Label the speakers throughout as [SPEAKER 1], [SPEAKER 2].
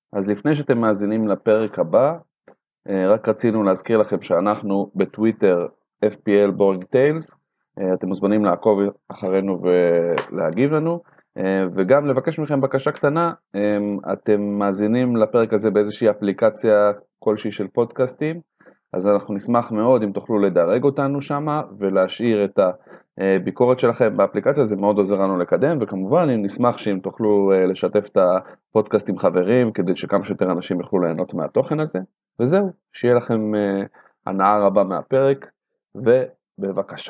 [SPEAKER 1] אז לפני שאתם מאזינים לפרק הבא, רק רצינו להזכיר לכם שאנחנו בטוויטר FPL Boring Tales, אתם מוזמנים לעקוב אחרינו ולהגיב לנו, וגם לבקש מכם בקשה קטנה, אתם מאזינים לפרק הזה באיזושהי אפליקציה כלשהי של פודקאסטים, אז אנחנו נשמח מאוד אם תוכלו לדרג אותנו שמה ולהשאיר את הביקורת שלכם באפליקציה, זה מאוד עוזר לנו לקדם, וכמובן נשמח שאם תוכלו לשתף את הפודקאסט עם חברים, כדי שכמה שיותר אנשים יוכלו ליהנות מהתוכן הזה, וזהו, שיהיה לכם הנאה רבה מהפרק, ובבקשה.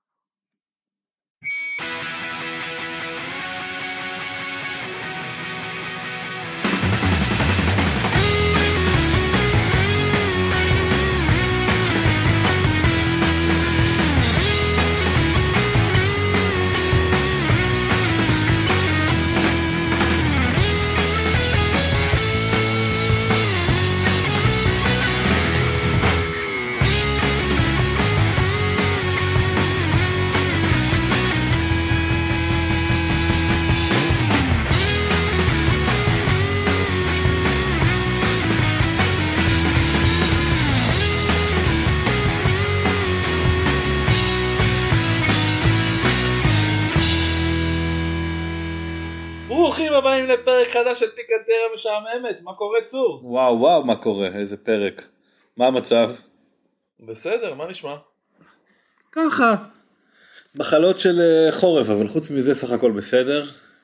[SPEAKER 2] ברוכים הבאים לפרק חדש של פיקנטריה משעממת. מה קורה צור?
[SPEAKER 3] וואו, מה קורה? איזה פרק. מה המצב?
[SPEAKER 2] בסדר, מה נשמע?
[SPEAKER 3] ככה. מחלות של חורף, אבל חוץ מזה סך הכל בסדר.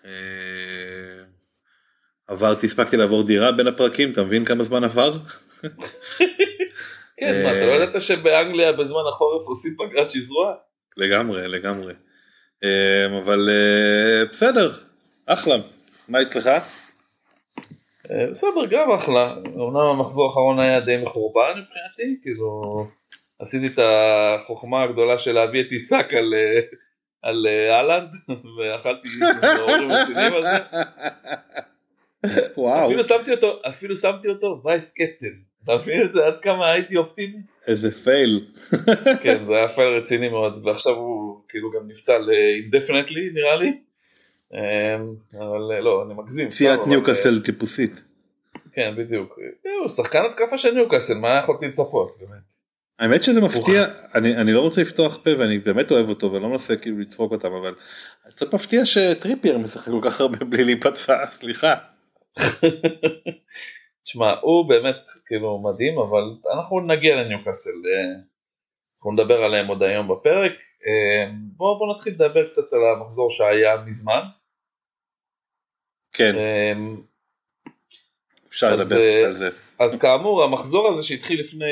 [SPEAKER 3] הספקתי לעבור דירה בין הפרקים, אתה מבין כמה זמן עבר?
[SPEAKER 2] כן, מה, אתה לא ידעת שבאנגליה בזמן החורף עושים פגרת שזרוע?
[SPEAKER 3] לגמרי. אבל בסדר, אחלה. מה אצלך?
[SPEAKER 2] בסדר, גם אחלה. אמנם המחזור האחרון היה די מחורבן מבחינתי, כאילו עשיתי את החוכמה הגדולה של להביא את עיסק על הלנד, ואכלתי מהורים רציניים על זה.
[SPEAKER 3] וואו.
[SPEAKER 2] אפילו שמתי אותו וייס קפטן. אתה מבין את זה? עד כמה הייתי אופטימי?
[SPEAKER 3] איזה פייל.
[SPEAKER 2] כן, זה היה פייל רציני מאוד, ועכשיו הוא כאילו גם נפצע ל-indefinitely נראה לי. אבל לא, אני מגזים.
[SPEAKER 3] ציית ניוקאסל טיפוסית.
[SPEAKER 2] כן, בדיוק. הוא שחקן התקפה של ניוקאסל, מה יכולתי לצפות, באמת?
[SPEAKER 3] האמת שזה מפתיע, אני לא רוצה לפתוח פה, ואני באמת אוהב אותו, ואני לא מנסה כאילו לדפוק אותם, אבל קצת מפתיע שטריפייר משחק כל כך הרבה בלי להיפצע, סליחה.
[SPEAKER 2] תשמע, הוא באמת כאילו מדהים, אבל אנחנו נגיע לניוקאסל, אנחנו נדבר עליהם עוד היום בפרק. בואו נתחיל לדבר קצת על המחזור שהיה מזמן.
[SPEAKER 3] כן. אפשר לדבר על זה.
[SPEAKER 2] אז כאמור, המחזור הזה שהתחיל לפני,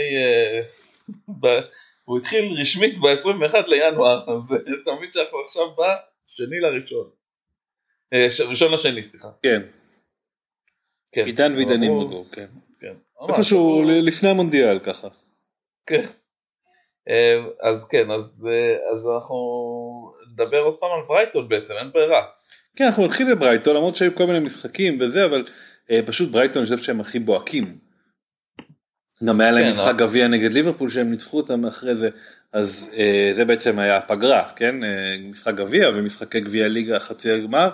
[SPEAKER 2] הוא התחיל רשמית ב-21 לינואר, אז אתה מבין שאנחנו עכשיו בשני לראשון. ראשון לשני, סליחה.
[SPEAKER 3] כן. עידן ועידנים נגור, כן. איפשהו לפני המונדיאל ככה.
[SPEAKER 2] כן. אז כן, אז אנחנו נדבר עוד פעם על ברייטון בעצם, אין ברירה.
[SPEAKER 3] כן, אנחנו נתחיל בברייטון, למרות שהיו כל מיני משחקים וזה, אבל פשוט ברייטון אני חושב שהם הכי בועקים. גם היה להם משחק גביע נגד ליברפול שהם ניצחו אותם אחרי זה, אז זה בעצם היה פגרה, כן? משחק גביע ומשחקי גביע ליגה חצי הגמר,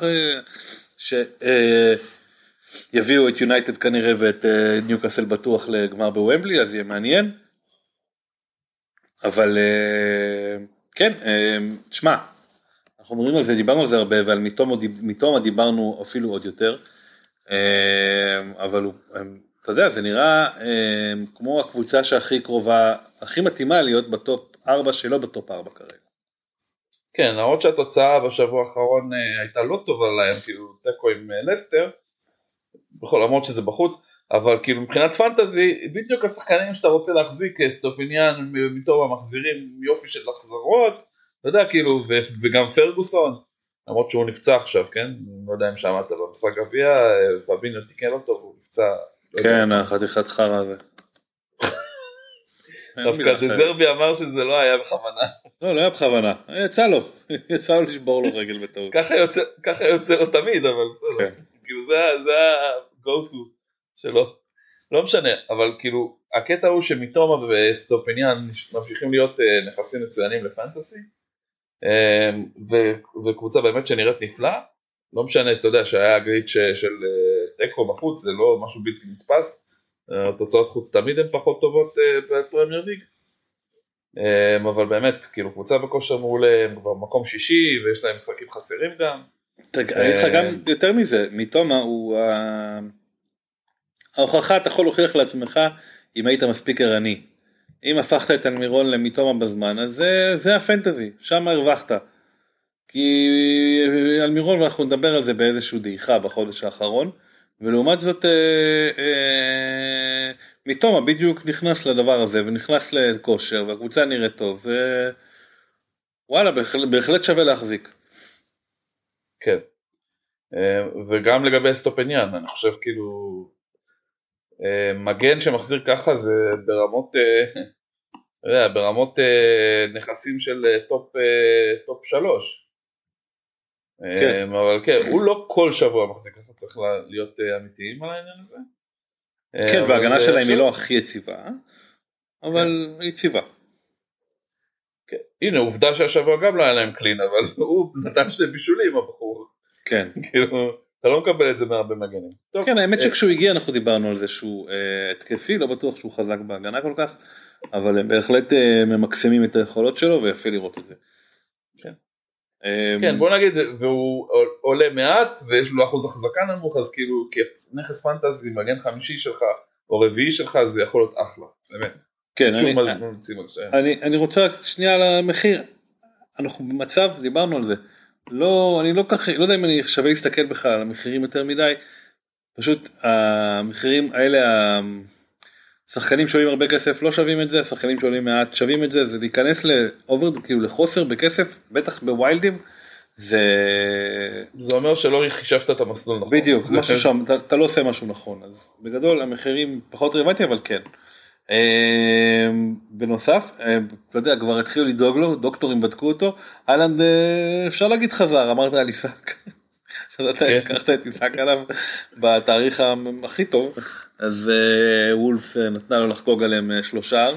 [SPEAKER 3] שיביאו את יונייטד כנראה ואת ניוקאסל בטוח לגמר בוומבלי, אז יהיה מעניין. אבל כן, תשמע, אנחנו אומרים על זה, דיברנו על זה הרבה, ועל מיתומה דיברנו אפילו עוד יותר, אבל אתה יודע, זה נראה כמו הקבוצה שהכי קרובה, הכי מתאימה להיות בטופ 4 שלא בטופ 4 כרגע.
[SPEAKER 2] כן, למרות שהתוצאה בשבוע האחרון הייתה לא טובה להם, כאילו תיקו עם לסטר, בכל למרות שזה בחוץ, אבל כאילו מבחינת פנטזי, בדיוק השחקנים שאתה רוצה להחזיק סטופיניאן מתום המחזירים יופי של החזרות, אתה יודע כאילו, וגם פרגוסון, למרות שהוא נפצע עכשיו, כן? לא יודע אם שמעת במשחק גביע, פאביניו תיקן אותו, הוא נפצע.
[SPEAKER 3] כן, החתיכת חרא הזה.
[SPEAKER 2] דווקא דזרבי אמר שזה לא היה בכוונה.
[SPEAKER 3] לא היה בכוונה, יצא לו לשבור לו רגל בטעות.
[SPEAKER 2] ככה יוצא לו תמיד, אבל בסדר. כאילו זה ה-go to שלו. לא משנה, אבל כאילו, הקטע הוא שמתומה וסטופיניאן ממשיכים להיות נכסים מצוינים לפנטסי, וקבוצה באמת שנראית נפלא, לא משנה, אתה יודע, שהיה הגליץ' של תיקו בחוץ זה לא משהו בלתי נתפס, התוצאות חוץ תמיד הן פחות טובות בפרמייר ליג, אבל באמת, כאילו קבוצה בכושר מעולה, הם כבר מקום שישי, ויש להם משחקים חסרים גם.
[SPEAKER 3] אני אגיד לך גם יותר מזה, מתומה הוא ההוכחה, אתה יכול להוכיח לעצמך אם היית מספיק ערני. אם הפכת את אלמירון למתומה בזמן, אז זה הפנטזי, שם הרווחת. כי אלמירון, ואנחנו נדבר על זה באיזשהו דעיכה בחודש האחרון, ולעומת זאת מתומה בדיוק נכנס לדבר הזה, ונכנס לכושר, והקבוצה נראית טוב, וואלה, בהחלט שווה להחזיק.
[SPEAKER 2] כן, וגם לגבי סטופניאן, אני חושב כאילו, מגן שמחזיר ככה זה ברמות נכסים של טופ 3. כן. אבל כן, הוא לא כל שבוע מחזיק ככה, צריך להיות אמיתיים על העניין הזה.
[SPEAKER 3] כן, וההגנה שלהם היא לא הכי יציבה, אבל היא יציבה.
[SPEAKER 2] כן. הנה, עובדה שהשבוע גם לא היה להם קלין, אבל הוא נתן שני בישולים הבחור.
[SPEAKER 3] כן.
[SPEAKER 2] כאילו, אתה לא מקבל את זה מהרבה מגנים.
[SPEAKER 3] כן, האמת שכשהוא הגיע אנחנו דיברנו על זה שהוא התקפי, לא בטוח שהוא חזק בהגנה כל כך, אבל הם בהחלט ממקסמים את היכולות שלו, ויפה לראות את זה.
[SPEAKER 2] כן. כן, בוא נגיד, והוא עולה מעט, ויש לו אחוז החזקה נמוך, אז כאילו, כנכס פנטזי, מגן חמישי שלך, או רביעי שלך, זה יכול להיות אחלה, באמת.
[SPEAKER 3] כן, אני רוצה רק שנייה על המחיר, אנחנו במצב, דיברנו על זה, אני לא יודע אם אני שווה להסתכל בכלל על המחירים יותר מדי, פשוט המחירים האלה, השחקנים שעולים הרבה כסף לא שווים את זה, השחקנים שעולים מעט שווים את זה, זה להיכנס כאילו לחוסר בכסף, בטח בווילדים, זה
[SPEAKER 2] אומר שלא חישבת את המסלול נכון.
[SPEAKER 3] בדיוק, משהו שם, אתה לא עושה משהו נכון, אז בגדול המחירים פחות רלוונטי, אבל כן. בנוסף, לא יודע, כבר התחילו לדאוג לו, דוקטורים בדקו אותו, איילנד אפשר להגיד חזר, אמרת על איסק, שאתה לקחת את איסק עליו בתאריך הכי טוב, אז וולפס נתנה לו לחגוג עליהם 3 שער,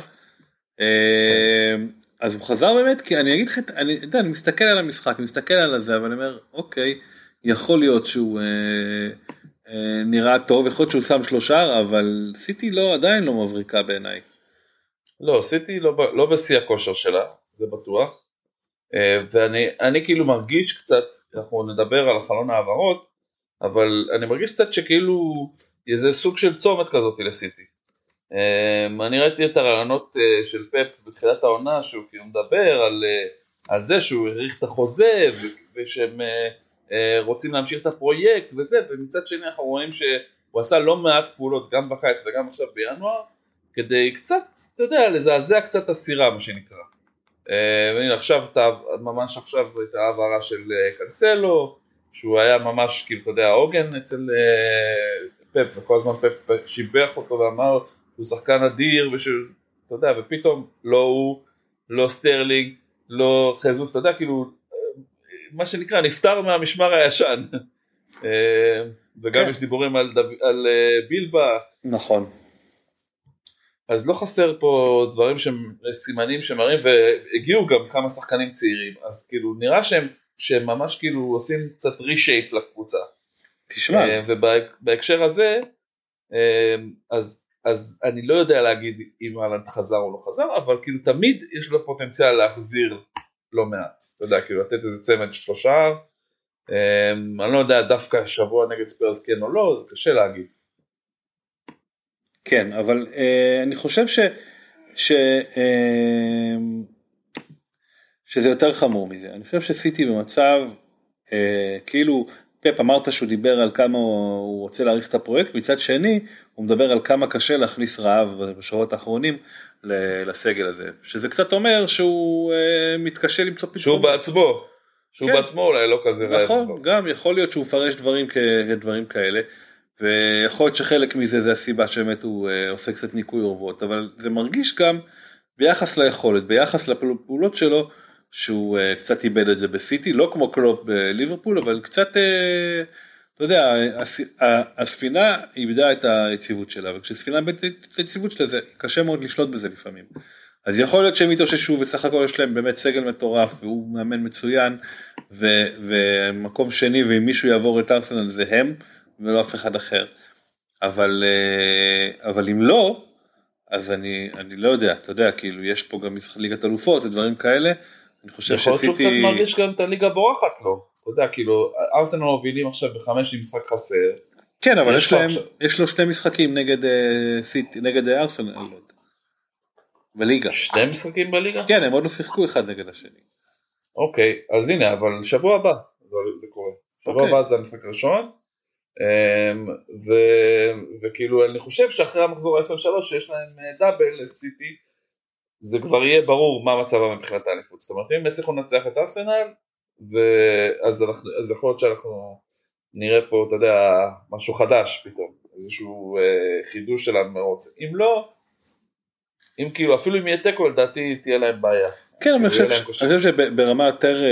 [SPEAKER 3] אז הוא חזר באמת, כי אני אגיד לך, אני מסתכל על המשחק, אני מסתכל על זה, אבל אני אומר, אוקיי, יכול להיות שהוא נראה טוב, יכול להיות שהוא שם 3 שער, אבל סיטי עדיין לא מבריקה בעיניי.
[SPEAKER 2] לא, סיטי לא בשיא הכושר שלה, זה בטוח, ואני כאילו מרגיש קצת, אנחנו נדבר על החלון העברות, אבל אני מרגיש קצת שכאילו איזה סוג של צומת כזאת לסיטי. אני ראיתי את הרעיונות של פפ בתחילת העונה, שהוא כאילו מדבר על זה שהוא העריך את החוזה, ושהם רוצים להמשיך את הפרויקט וזה, ומצד שני אנחנו רואים שהוא עשה לא מעט פעולות גם בקיץ וגם עכשיו בינואר, כדי קצת, אתה יודע, לזעזע קצת הסירה מה שנקרא. והנה עכשיו, ממש עכשיו את העברה של קנסלו, שהוא היה ממש, כאילו, אתה יודע, העוגן אצל פפ, וכל הזמן פפ שיבח אותו ואמר, הוא שחקן אדיר, אתה יודע, ופתאום לא הוא, לא סטרלינג, לא חזוס, אתה יודע, כאילו, מה שנקרא, נפטר מהמשמר הישן. וגם יש דיבורים על בילבה.
[SPEAKER 3] נכון.
[SPEAKER 2] אז לא חסר פה דברים סימנים שמראים, והגיעו גם כמה שחקנים צעירים, אז כאילו, נראה שהם ממש כאילו עושים קצת רישייפ לקבוצה.
[SPEAKER 3] תשמע.
[SPEAKER 2] ובהקשר הזה, אז אני לא יודע להגיד אם הלנד חזר או לא חזר, אבל כאילו תמיד יש לו פוטנציאל להחזיר לא מעט. אתה יודע, כאילו לתת איזה צמד 3, אני לא יודע דווקא שבוע נגד ספרס כן או לא, זה קשה להגיד.
[SPEAKER 3] כן, אבל אני חושב שזה יותר חמור מזה. אני חושב שסיטי במצב, כאילו, פפ אמרת שהוא דיבר על כמה הוא רוצה להאריך את הפרויקט, מצד שני, הוא מדבר על כמה קשה להכניס רעב בשבועות האחרונים לסגל הזה. שזה קצת אומר שהוא מתקשה למצוא פתרון.
[SPEAKER 2] שהוא בעצמו אולי לא כזה רעב.
[SPEAKER 3] נכון, גם יכול להיות שהוא מפרש דברים כאלה, ויכול להיות שחלק מזה זה הסיבה שבאמת הוא עושה קצת ניקוי אורוות, אבל זה מרגיש גם ביחס ליכולת, ביחס לפעולות שלו, שהוא קצת איבד את זה בסיטי, לא כמו קלופ בליברפול, אבל קצת, אתה יודע, הספינה איבדה את היציבות שלה, וכשספינה איבדה את היציבות שלה, זה קשה מאוד לשלוט בזה לפעמים. אז יכול להיות שהם יתאוששו, וסך הכל יש להם באמת סגל מטורף, והוא מאמן מצוין, ומקום שני, ואם מישהו יעבור את ארסנל זה הם, ולא אף אחד אחר. אבל אם לא, אז אני לא יודע, אתה יודע, כאילו יש פה גם משחק ליגת אלופות ודברים כאלה, אני חושב
[SPEAKER 2] יכול להיות שהוא
[SPEAKER 3] שסיטי...
[SPEAKER 2] קצת מרגיש גם את הליגה בורחת לו, אתה יודע, כאילו, ארסנל מובילים עכשיו ב5 עם משחק חסר.
[SPEAKER 3] כן, אבל יש לו 2 משחקים נגד ארסנל, בליגה.
[SPEAKER 2] 2 משחקים בליגה?
[SPEAKER 3] כן, הם עוד לא שיחקו אחד נגד השני.
[SPEAKER 2] אוקיי, אז הנה, אבל שבוע הבא זה קורה. שבוע הבא זה המשחק הראשון, וכאילו אני חושב שאחרי המחזור 10-3 שיש להם דאבל סיטי, זה כבר יהיה ברור מה מצבה מבחינת האליפות. זאת אומרת, אם יצליחו לנצח את ארסנל, אז יכול להיות שאנחנו נראה פה, אתה יודע, משהו חדש פתאום, איזשהו חידוש של המרוץ. אם לא, אם כאילו, אפילו אם יהיה תיקו, לדעתי תהיה להם בעיה.
[SPEAKER 3] כן, אני חושב שברמה יותר,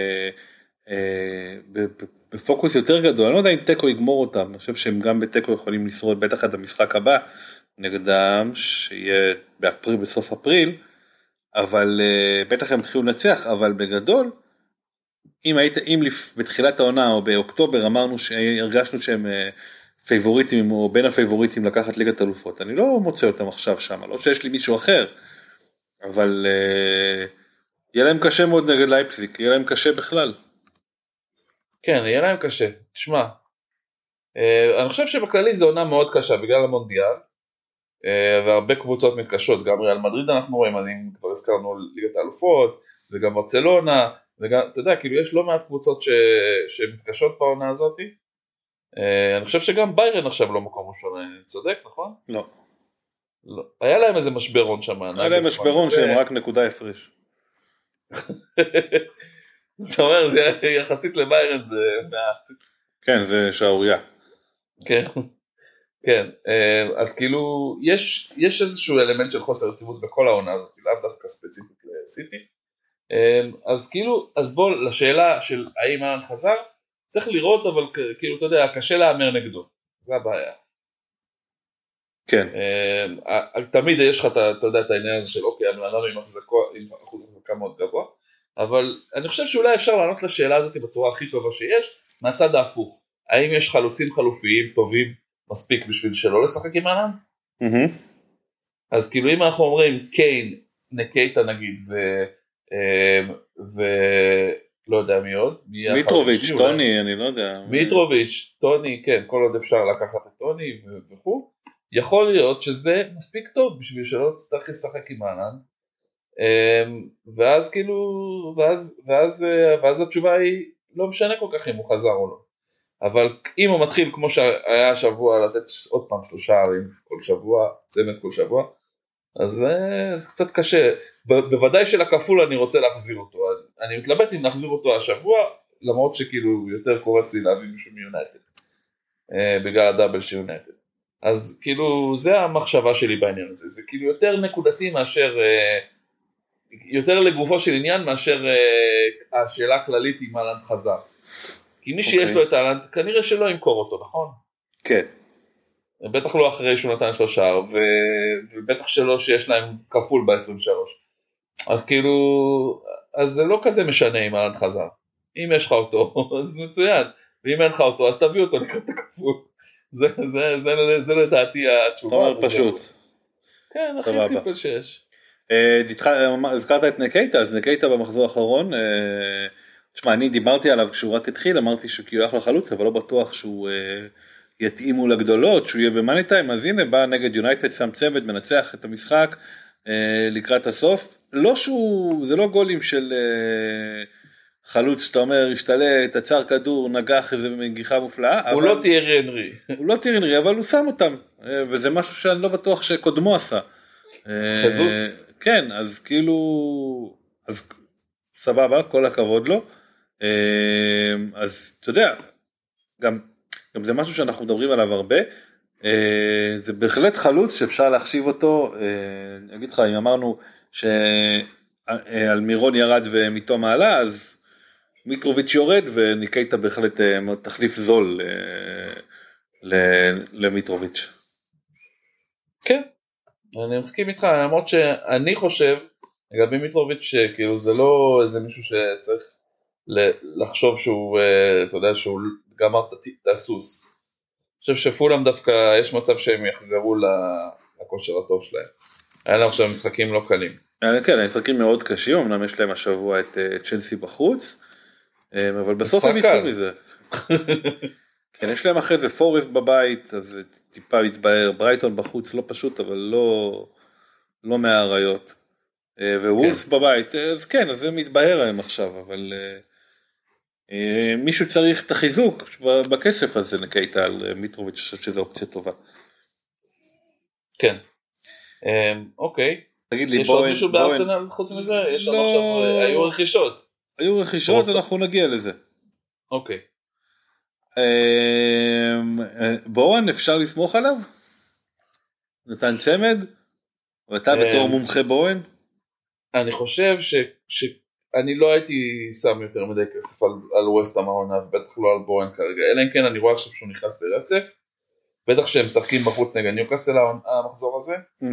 [SPEAKER 3] בפוקוס יותר גדול, אני לא יודע אם תיקו יגמור אותם, אני חושב שהם גם בתיקו יכולים לשרוד בטח עד המשחק הבא, נגדם, שיהיה בסוף אפריל, אבל בטח הם התחילו לנצח, אבל בגדול, אם בתחילת העונה או באוקטובר אמרנו שהרגשנו שהם פייבוריטים או בין הפייבוריטים לקחת ליגת אלופות, אני לא מוצא אותם עכשיו שם, לא שיש לי מישהו אחר, אבל יהיה להם קשה מאוד נגד לייפציג, יהיה להם קשה בכלל.
[SPEAKER 2] כן, יהיה להם קשה, תשמע, אני חושב שבכללי זו עונה מאוד קשה בגלל המונדיאל, והרבה קבוצות מתקשות, גם ריאל מדריד אנחנו רואים, אני כבר הזכרנו ליגת האלופות, וגם ברצלונה, וגם, אתה יודע, כאילו יש לא מעט קבוצות שמתקשות בעונה הזאת, אני חושב שגם ביירן עכשיו לא מקום ראשון, צודק, נכון?
[SPEAKER 3] לא.
[SPEAKER 2] לא. היה להם איזה משברון שם.
[SPEAKER 3] היה להם משברון שהם רק נקודה הפרש.
[SPEAKER 2] אתה אומר, זה יחסית לביירן זה מעט.
[SPEAKER 3] כן, זה שערוריה.
[SPEAKER 2] כן, כן, אז כאילו יש איזשהו אלמנט של חוסר יציבות בכל העונה הזאת, לאו דווקא ספציפית לסיטי, אז כאילו, אז בוא לשאלה של האם אלן חזר, צריך לראות, אבל כאילו אתה יודע, קשה לאמר נגדו, זה הבעיה.
[SPEAKER 3] כן.
[SPEAKER 2] תמיד יש לך, אתה יודע, את העניין הזה של אוקיי, המלאננו עם אחוז החזקה מאוד גבוה, אבל אני חושב שאולי אפשר לענות לשאלה הזאת בצורה הכי טובה שיש, מהצד ההפוך. האם יש חלוצים חלופיים טובים מספיק בשביל שלא לשחק עם אלן? אז כאילו אם אנחנו אומרים קיין, נקייטה נגיד, ולא יודע מי עוד,
[SPEAKER 3] מיטרוביץ', טוני, אני לא יודע.
[SPEAKER 2] מיטרוביץ', טוני, כן, כל עוד אפשר לקחת את טוני וכו', יכול להיות שזה מספיק טוב בשביל שלא תצטרך לשחק עם אלן, ואז כאילו, ואז התשובה היא לא משנה כל כך אם הוא חזר או לא. אבל אם הוא מתחיל כמו שהיה השבוע לתת עוד פעם 3 שערים כל שבוע, צמד כל שבוע, אז זה קצת קשה. בוודאי שלכפול אני רוצה להחזיר אותו, אני מתלבט אם להחזיר אותו השבוע, למרות שכאילו יותר קורץ לי להביא מישהו מיונייטד, בגלל הדאבל של יונייטד. אז כאילו זה המחשבה שלי בעניין הזה, זה כאילו יותר נקודתי מאשר, יותר לגופו של עניין מאשר השאלה הכללית אם אלן חזר. כי מי שיש לו את אלן, כנראה שלא ימכור אותו, נכון?
[SPEAKER 3] כן.
[SPEAKER 2] בטח לא אחרי שהוא נתן 3 שער, ובטח שלא שיש להם כפול ב-23. אז כאילו, אז זה לא כזה משנה אם אלן חזר. אם יש לך אותו, אז מצוין. ואם אין לך אותו, אז תביא אותו לקראת הכפול. זה לדעתי התשובה.
[SPEAKER 3] אתה אומר פשוט.
[SPEAKER 2] כן, הכי סימפל שיש.
[SPEAKER 3] הזכרת את נקייטה, אז נקייטה במחזור האחרון, תשמע, אני דיברתי עליו כשהוא רק התחיל, אמרתי שהוא כאילו אחלה חלוץ, אבל לא בטוח שהוא יתאימו לגדולות, שהוא יהיה במאני טיים, אז הנה בא נגד יונייטד, שם צמד, מנצח את המשחק לקראת הסוף, לא שהוא, זה לא גולים של חלוץ שאתה אומר, השתלט, עצר כדור, נגח איזה מגיחה מופלאה.
[SPEAKER 2] הוא לא טיירי הנרי.
[SPEAKER 3] הוא לא טיירי הנרי, אבל הוא שם אותם, וזה משהו שאני לא בטוח שקודמו עשה.
[SPEAKER 2] חזוס.
[SPEAKER 3] כן, אז כאילו, אז סבבה, כל הכבוד לו. אז אתה יודע, גם זה משהו שאנחנו מדברים עליו הרבה, זה בהחלט חלוץ שאפשר להחשיב אותו, אני אגיד לך, אם אמרנו שעל מירון ירד ומיתו מעלה, אז מיטרוביץ' יורד וניקייטה בהחלט תחליף זול למיטרוביץ'.
[SPEAKER 2] כן, אני מסכים איתך, למרות שאני חושב, לגבי מיטרוביץ' שכאילו זה לא איזה מישהו שצריך לחשוב שהוא, אתה יודע, שהוא גמר את הסוס. חושב שפולאם דווקא יש מצב שהם יחזרו לכושר הטוב שלהם. היה להם עכשיו משחקים לא קלים.
[SPEAKER 3] כן, המשחקים מאוד קשים, אמנם יש להם השבוע את צ'לסי בחוץ, אבל בסוף הם יצאו מזה. כן, יש להם אחרי זה פורסט בבית, אז טיפה יתבהר, ברייטון בחוץ לא פשוט, אבל לא מהאריות. ווולף בבית, אז כן, אז זה מתבהר להם עכשיו, אבל מישהו צריך את החיזוק בכסף הזה נקייתה על מיטרוביץ', אני חושב שזו אופציה טובה.
[SPEAKER 2] כן, אוקיי.
[SPEAKER 3] תגיד לי,
[SPEAKER 2] יש עוד מישהו בארסנל חוץ מזה? יש לנו עכשיו, היו רכישות.
[SPEAKER 3] היו רכישות, אנחנו נגיע לזה.
[SPEAKER 2] אוקיי.
[SPEAKER 3] בואן, אפשר לסמוך עליו? נתן צמד? ואתה בתור מומחה בואן?
[SPEAKER 2] אני חושב שאני לא הייתי שם יותר מדי כסף על ווסטהאם העונה, ובטח לא על בואן כרגע, אלא אם כן אני רואה עכשיו שהוא נכנס לרצף, בטח שהם משחקים בחוץ נגד ניוקאסל המחזור הזה.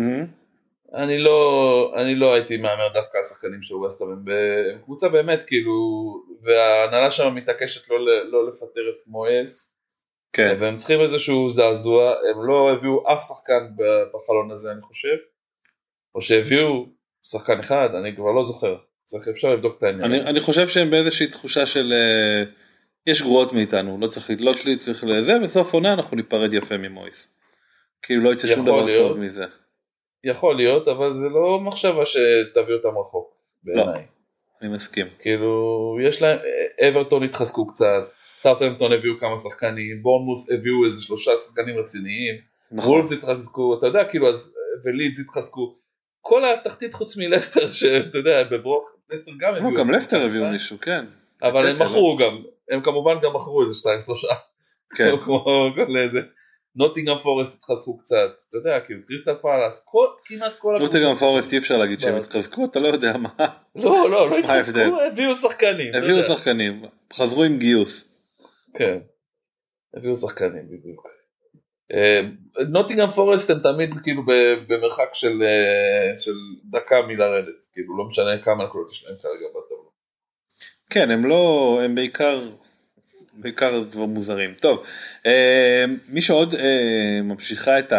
[SPEAKER 2] אני לא הייתי מאמר דווקא על שחקנים של ווסטהאם, הם קבוצה באמת כאילו, וההנהלה שם מתעקשת לא לפטר את מויס,
[SPEAKER 3] כן.
[SPEAKER 2] והם צריכים איזשהו זעזוע, הם לא הביאו אף שחקן בחלון הזה אני חושב, או שהביאו שחקן אחד, אני כבר לא זוכר, אפשר לבדוק את העניין.
[SPEAKER 3] אני חושב שהם באיזושהי תחושה של, יש גרועות מאיתנו, לא צריך לזה, בסוף עונה אנחנו ניפרד יפה ממויס, כאילו לא יצא שום דבר טוב מזה.
[SPEAKER 2] יכול להיות, אבל זה לא מחשבה שתביא אותם רחוק, בעיניי.
[SPEAKER 3] לא, אני מסכים.
[SPEAKER 2] כאילו, יש להם, אברטון התחזקו קצת, סאות'המפטון הביאו כמה שחקנים, בורנמות' הביאו איזה 3 שחקנים רציניים, וולפס התחזקו, אתה יודע, כאילו, ולידס התחזקו, כל התחתית חוץ מלסטר, שאתה יודע, בברוך, לסטר גם הביאו.
[SPEAKER 3] גם לסטר הביאו מישהו, כן.
[SPEAKER 2] אבל הם מכרו גם, הם כמובן גם מכרו איזה 2-3.
[SPEAKER 3] כן.
[SPEAKER 2] כמו כל איזה. נוטינגהאם פורסט התחזקו קצת, אתה יודע, כאילו קריסטל פלאס, כמעט כל הקבוצות.
[SPEAKER 3] נוטינגהאם פורסט אי אפשר להגיד שהם התחזקו, אתה לא יודע מה.
[SPEAKER 2] לא התחזקו, הביאו שחקנים.
[SPEAKER 3] הביאו שחקנים, חזרו עם גיוס.
[SPEAKER 2] כן, הביאו שחקנים בדיוק. נוטינגהאם פורסט הם תמיד כאילו במרחק של דקה מלרדת, כאילו לא משנה כמה נקודות יש להם כרגע בטבלה.
[SPEAKER 3] כן, הם לא, הם בעיקר דבר מוזרים. טוב, מי שעוד ממשיכה את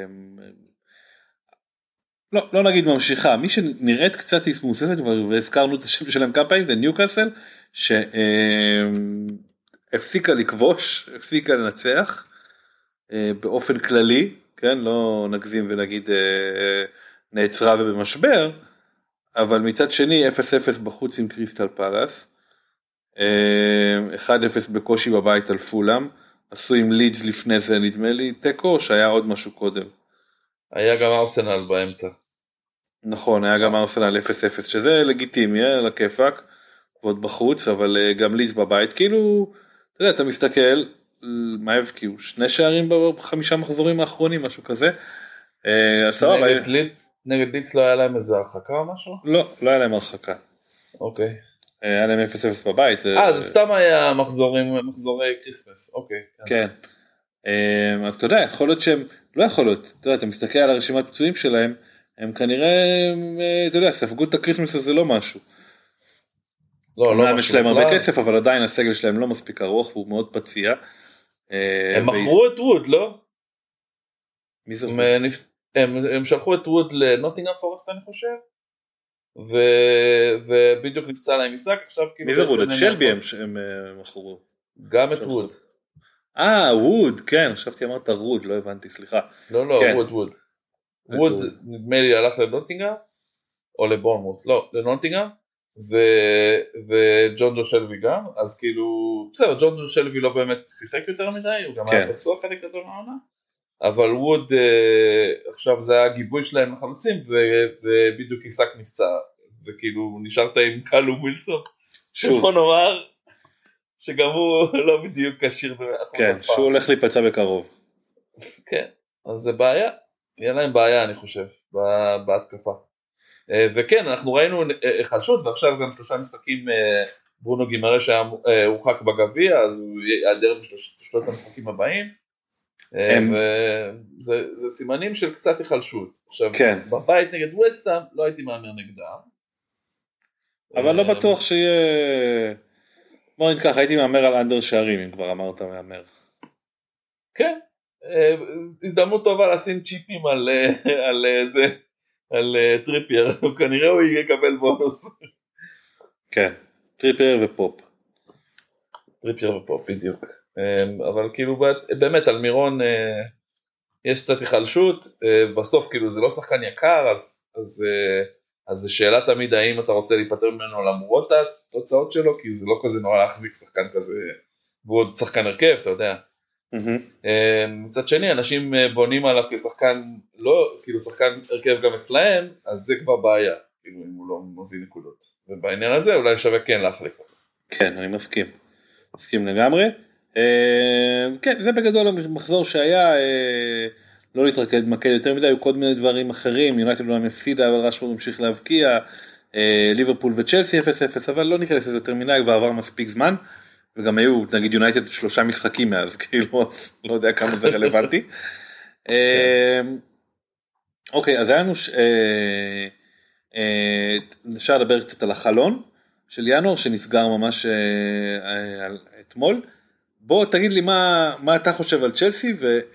[SPEAKER 3] לא נגיד ממשיכה, מי שנראית קצת מוססת, והזכרנו את השם שלהם כמה פעמים, זה ניוקאסל, שהפסיקה לכבוש, הפסיקה לנצח, באופן כללי, כן, לא נגזים ונגיד נעצרה ובמשבר, אבל מצד שני 0-0 בחוץ עם קריסטל פלאס, 1-0 בקושי בבית על פולאם, עשו עם לידס לפני זה נדמה לי טקו, שהיה עוד משהו קודם.
[SPEAKER 2] היה גם ארסנל באמצע.
[SPEAKER 3] נכון, היה גם ארסנל 0-0, שזה לגיטימי, לכיפק, ועוד בחוץ, אבל גם לידס בבית, כאילו, אתה יודע, אתה מסתכל, מה הבקיעו? 2 שערים ב5 מחזורים האחרונים, משהו כזה.
[SPEAKER 2] נגד לידס לא היה להם איזה הרחקה או משהו?
[SPEAKER 3] לא היה להם הרחקה.
[SPEAKER 2] אוקיי.
[SPEAKER 3] היה להם 0-0 בבית.
[SPEAKER 2] זה סתם היה מחזורי קריסמס, אוקיי.
[SPEAKER 3] כן. אז אתה יודע, יכול להיות שהם, לא יכול להיות, אתה יודע, אתה מסתכל על הרשימת פצועים שלהם, הם כנראה, אתה יודע, ספגו את הקריסמס הזה לא משהו. לא יש להם הרבה כסף, אבל עדיין הסגל שלהם לא מספיק ארוך, והוא מאוד פציע.
[SPEAKER 2] הם מכרו את ווד, לא?
[SPEAKER 3] מי זה?
[SPEAKER 2] הם שלחו את ווד לנוטינגהאם פורסט, אני חושב. ובדיוק נפצע להם משחק, עכשיו כאילו...
[SPEAKER 3] מי זה ווד? את שלבי הם מכרו.
[SPEAKER 2] גם את ווד.
[SPEAKER 3] ווד, כן, חשבתי אמרת רוד, לא הבנתי, סליחה.
[SPEAKER 2] לא, ווד. ווד נדמה לי הלך לנוטינגהאם, או לבורנמות', לא, לנוטינגהאם, וג'ון שלוי גם, אז כאילו, בסדר, ג'ון שלוי לא באמת שיחק יותר מדי, הוא גם היה פצוע חלק גדול מהעונה, אבל ווד, עכשיו זה היה גיבוי שלהם לחלוצים, ובדיוק עיסק נפצע, וכאילו נשארת עם קלום ווילסון, שוב נאמר, שגם הוא לא בדיוק קשיר.
[SPEAKER 3] כן, שהוא הולך להיפצע בקרוב.
[SPEAKER 2] כן, אז זה בעיה, יהיה להם בעיה אני חושב, בהתקפה. וכן, אנחנו ראינו חלשות, ועכשיו גם 3 משחקים, ברונו גימרש שהיה הורחק בגביע, אז הוא יעדר בשלושת המשחקים הבאים, וזה סימנים של קצת החלשות. עכשיו, בבית נגד ווסטהאם, לא הייתי מאמר נגדם.
[SPEAKER 3] אבל לא בטוח שיהיה... בוא נתקח, הייתי מאמר על אנדר שערים, אם כבר אמרת מאמר.
[SPEAKER 2] כן, הזדמנות טובה לשים צ'יפים על טריפייר, כנראה הוא יקבל בונוס.
[SPEAKER 3] כן, טריפייר ופופ.
[SPEAKER 2] טריפייר ופופ, בדיוק. אבל כאילו באמת על מירון יש קצת החלשות, בסוף כאילו זה לא שחקן יקר, אז זו שאלה תמיד האם אתה רוצה להיפטר ממנו למרות התוצאות שלו, כי זה לא כזה נורא להחזיק שחקן כזה, והוא עוד שחקן הרכב, אתה יודע. מצד שני, אנשים בונים עליו כשחקן, לא, כאילו שחקן הרכב גם אצלהם, אז זה כבר בעיה, כאילו אם הוא לא מביא נקודות. ובעניין הזה אולי שווה כן להחליף.
[SPEAKER 3] כן, אני מסכים לגמרי. כן, זה בגדול המחזור שהיה, לא להתמקד יותר מדי, היו כל מיני דברים אחרים, יונייטד לא מפסידה, אבל רשפורד המשיך להבקיע, ליברפול וצ'לסי 0-0, אבל לא ניכנס לזה יותר מדי, כבר עבר מספיק זמן, וגם היו, נגיד יונייטד 3 משחקים מאז, כאילו, לא יודע כמה זה רלוונטי. אוקיי, אז היה לנו, אפשר לדבר קצת על החלון של ינואר, שנסגר ממש אתמול. בוא תגיד לי מה אתה חושב על צ'לסי,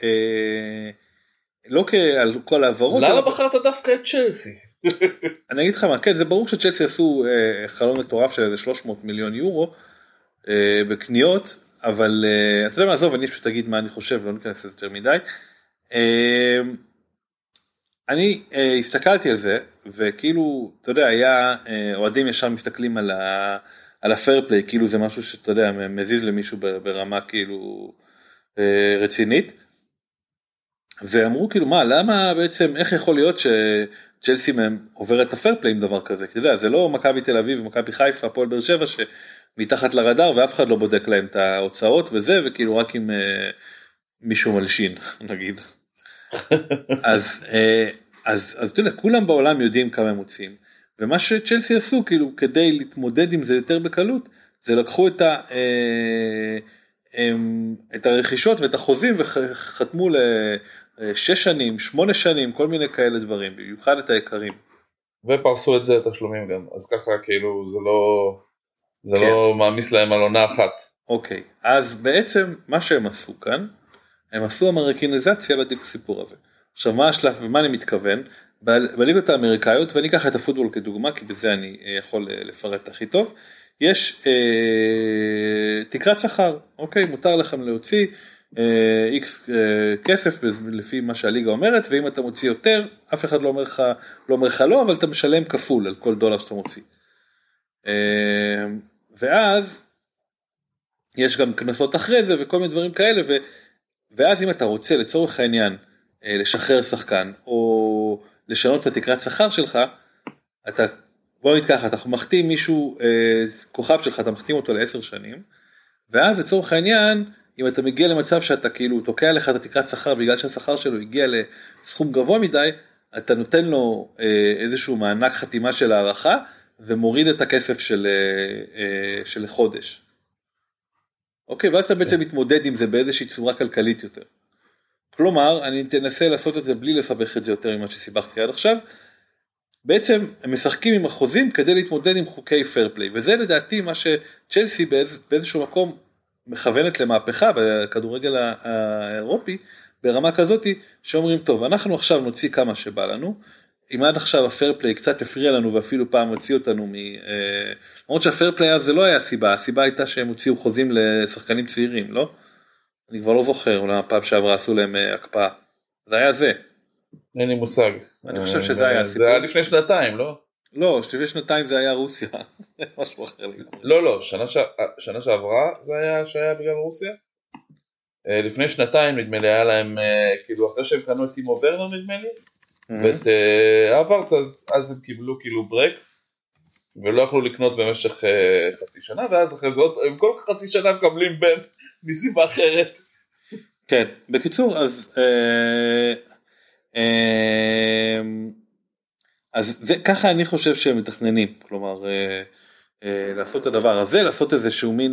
[SPEAKER 3] ולא על כל העברות.
[SPEAKER 2] למה בחרת דווקא את צ'לסי?
[SPEAKER 3] אני אגיד לך מה, כן, זה ברור שצ'לסי עשו חלון מטורף של איזה 300 מיליון יורו בקניות, אבל אתה יודע מה, עזוב, אני פשוט אגיד מה אני חושב, לא ניכנס לזה יותר מדי. אני הסתכלתי על זה, וכאילו, אתה יודע, היה, אוהדים ישר מסתכלים על הפייר פליי, כאילו זה משהו שאתה יודע, מזיז למישהו ברמה כאילו רצינית, ואמרו כאילו מה, למה בעצם, איך יכול להיות שצ'לסי עובר את הפייר פליי עם דבר כזה, כי אתה יודע, זה לא מכבי תל אביב ומכבי חיפה, הפועל באר שבע, שמתחת לרדאר, ואף אחד לא בודק להם את ההוצאות וזה, וכאילו רק עם מישהו מלשין, נגיד. אז אתה יודע, כולם בעולם יודעים כמה הם מוצאים, ומה שצ'לסי עשו, כאילו, כדי להתמודד עם זה יותר בקלות, זה לקחו את הרכישות ואת החוזים, וחתמו ל6 שנים, 8 שנים, כל מיני כאלה דברים, במיוחד את היקרים.
[SPEAKER 2] ופרסו את זה, את השלומים גם, אז ככה, כאילו, זה לא מעמיס להם על עונה אחת.
[SPEAKER 3] אוקיי, אז בעצם, מה שהם עשו כאן, הם עשו אמריקניזציה לסיפור הזה. עכשיו, מה השלב ומה אני מתכוון? בליגות האמריקאיות, ואני אקח את הפוטבול כדוגמה, כי בזה אני יכול לפרט הכי טוב, יש תקרת שכר, אוקיי? מותר לכם להוציא X כסף לפי מה שהליגה אומרת, ואם אתה מוציא יותר, אף אחד לא אומר לך לא, אבל אתה משלם כפול על כל דולר שאתה מוציא. ואז יש גם כנסות אחרי זה וכל מיני דברים כאלה, ואז אם אתה רוצה לצורך העניין לשחרר שחקן, או לשנות את התקרת שכר שלך, בוא נגיד ככה, אתה מחתים מישהו, כוכב שלך, אתה מחתים אותו ל10 שנים, ואז לצורך העניין, אם אתה מגיע למצב שאתה כאילו תוקע לך את התקרת שכר, בגלל שהשכר שלו הגיע לסכום גבוה מדי, אתה נותן לו איזשהו מענק חתימה של הערכה, ומוריד את הכסף של חודש. אוקיי, ואז אתה בעצם מתמודד עם זה באיזושהי צורה כלכלית יותר. כלומר, אני תנסה לעשות את זה בלי לסבך את זה יותר ממה שסיבכתי עד עכשיו, בעצם הם משחקים עם החוזים כדי להתמודד עם חוקי פייר פליי, וזה לדעתי מה שצ'לסי באיזשהו מקום מכוונת למהפכה בכדורגל האירופי, ברמה כזאת שאומרים, טוב, אנחנו עכשיו נוציא כמה שבא לנו, אם עד עכשיו הפייר פליי קצת הפריע לנו, ואפילו פעם הוציא אותנו למרות שהפייר פליי אז זה לא היה הסיבה, הסיבה הייתה שהם הוציאו חוזים לשחקנים צעירים, לא? אני כבר לא זוכר, אולי הפעם שעברה עשו להם הקפאה, זה היה זה.
[SPEAKER 2] אין לי מושג.
[SPEAKER 3] אני חושב שזה היה הסיפור.
[SPEAKER 2] זה היה לפני שנתיים, לא?
[SPEAKER 3] לא, לפני שנתיים זה היה רוסיה. משהו אחר.
[SPEAKER 2] לא, שנה שעברה זה היה שהיה בגלל רוסיה. לפני שנתיים נדמה לי היה להם, כאילו אחרי שהם קנו את טימו ורנר נדמה לי, ואת אברץ אז הם קיבלו כאילו ברקס, ולא יכלו לקנות במשך חצי שנה, ואז אחרי זה הם כל חצי שנה מקבלים בין מסיבה אחרת.
[SPEAKER 3] כן, בקיצור, אז זה ככה אני חושב שהם מתכננים, כלומר לעשות את הדבר הזה, לעשות איזשהו מין,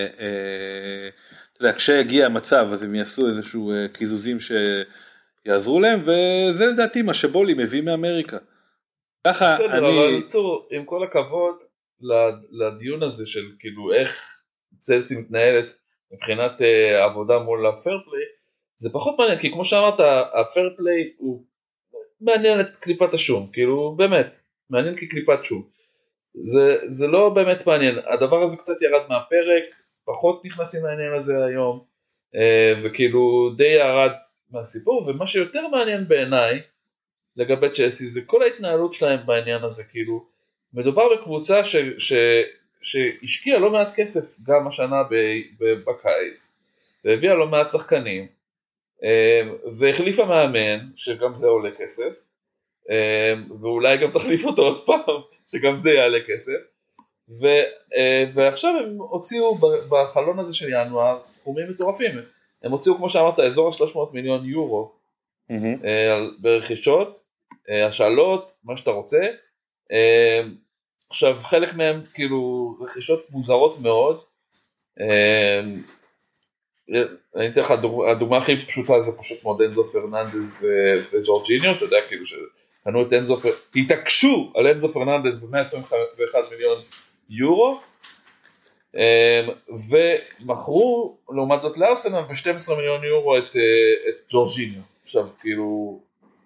[SPEAKER 3] כשיגיע המצב אז הם יעשו איזשהו קיזוזים שיעזרו להם, וזה לדעתי מה שבולי מביא מאמריקה. ככה
[SPEAKER 2] בסדר, אבל ניצור, עם כל הכבוד לדיון הזה של כאילו איך צלסי מתנהלת מבחינת עבודה מול הפייר פליי, זה פחות מעניין, כי כמו שאמרת, הפייר פליי הוא מעניין את קליפת השום, כאילו באמת, מעניין כקליפת שום. זה לא באמת מעניין, הדבר הזה קצת ירד מהפרק, פחות נכנסים לעניין הזה היום, וכאילו די ירד מהסיפור, ומה שיותר מעניין בעיניי, לגבי צ'לסי, זה כל ההתנהלות שלהם בעניין הזה, כאילו, מדובר בקבוצה שהשקיעה לא מעט כסף גם השנה בקיץ, והביאה לא מעט שחקנים, והחליפה מאמן, שגם זה עולה כסף, ואולי גם תחליף אותו עוד פעם, שגם זה יעלה כסף, ועכשיו הם הוציאו בחלון הזה של ינואר סכומים מטורפים, הם הוציאו כמו שאמרת אזור ה-300 מיליון יורו, ברכישות, השאלות, מה שאתה רוצה, עכשיו חלק מהם כאילו רכישות מוזרות מאוד, אני אתן לך, הדוגמה הכי פשוטה זה פשוט מאוד אנזו פרננדס וג'ורג'יניו, אתה יודע כאילו שקנו את אנזו, התעקשו על אנזו פרננדס ב-121 מיליון יורו, ומכרו לעומת זאת לארסנל ב-12 מיליון יורו את ג'ורג'יניו. עכשיו כאילו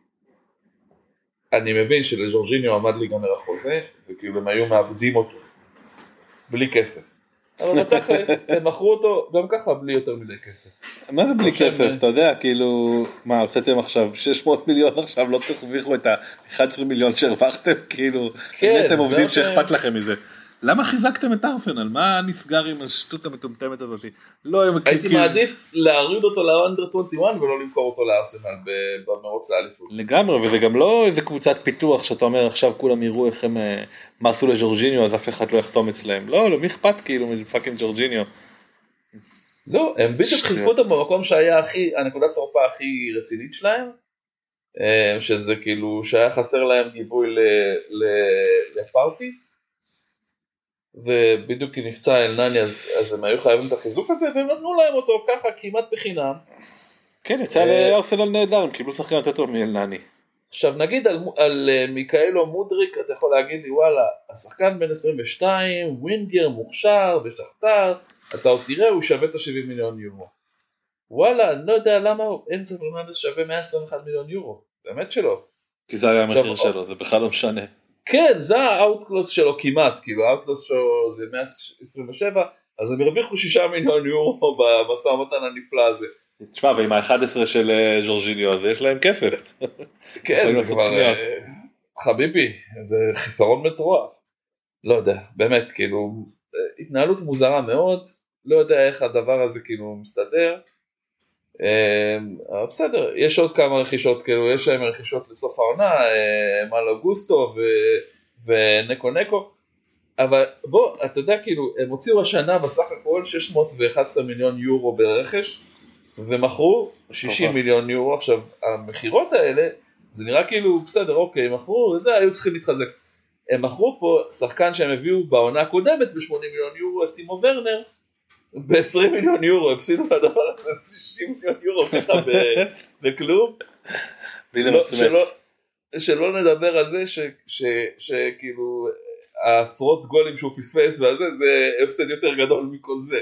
[SPEAKER 2] אני מבין שלג'ורג'יניו עמד להיגמר החוזה, וכאילו הם היו מאבדים אותו בלי כסף, אבל בתכלס הם מכרו אותו גם ככה בלי יותר מדי כסף.
[SPEAKER 3] מה זה בלי כסף? אתה יודע, כאילו, מה, הוצאתם עכשיו 600 מיליון עכשיו, לא תרוויחו את ה-11 מיליון שהרווחתם, כאילו, אתם עובדים שאכפת לכם מזה. למה חיזקתם את ארסנל? מה נסגר עם השטות המטומטמת הזאת?
[SPEAKER 2] הייתי מעדיף להוריד אותו לאנדר 21 ולא למכור אותו לארסנל במרוץ לאליפות.
[SPEAKER 3] לגמרי, וזה גם לא איזה קבוצת פיתוח שאתה אומר עכשיו כולם יראו איך הם מה עשו לג'ורג'יניו, אז אף אחד לא יחתום אצלהם. לא, מי אכפת כאילו מפאקינג ג'ורג'יניו?
[SPEAKER 2] לא, הם בדיוק חיזקו אותם במקום שהיה הנקודת תורפה הכי רצינית שלהם, שזה כאילו שהיה חסר להם גיבוי לפארטי, ובדיוק כי נפצע אלנני אז הם היו חייבים את החיזוק הזה, והם נתנו להם אותו ככה כמעט בחינם.
[SPEAKER 3] כן, יצא לארסנל נהדר, הם קיבלו שחקן יותר טוב מאלנני.
[SPEAKER 2] עכשיו נגיד על מיקאלו מודריק, אתה יכול להגיד לי וואלה, השחקן בן 22, ווינגר מוכשר בשכתר, אתה עוד תראה הוא שווה את ה-70 מיליון יורו. וואלה, אני לא יודע למה אנזו פרננדס שווה 121 מיליון יורו, באמת שלא.
[SPEAKER 3] כי זה היה המחיר שלו, זה בכלל לא משנה.
[SPEAKER 2] כן, זה האוטקלוס שלו כמעט, כאילו האוטקלוס שלו זה 127, אז הם הרוויחו 6 מיליון יורו במשא ומתן הנפלא הזה.
[SPEAKER 3] תשמע, ועם ה-11 של ז'ורג'יניו הזה יש להם כסף.
[SPEAKER 2] כן, זה כבר, חביבי, זה חיסרון מטורף. לא יודע, באמת, כאילו, התנהלות מוזרה מאוד, לא יודע איך הדבר הזה כאילו מסתדר. בסדר, יש עוד כמה רכישות, כאילו יש להם רכישות לסוף העונה, מלו גוסטו ונקו נקו, אבל בוא, אתה יודע כאילו, הם הוציאו השנה בסך הכל 611 מיליון יורו ברכש, ומכרו 60 מיליון יורו. עכשיו, המחירות האלה, זה נראה כאילו, בסדר, אוקיי, מכרו, זה היו צריכים להתחזק. הם מכרו פה שחקן שהם הביאו בעונה הקודמת ב-80 מיליון יורו, את טימו ורנר, ב-20 מיליון יורו, הפסידו לדבר הזה 60 מיליון יורו ככה בכלום. שלא נדבר על זה שכאילו העשרות גולים שהוא פספס והזה, זה הפסד יותר גדול מכל זה.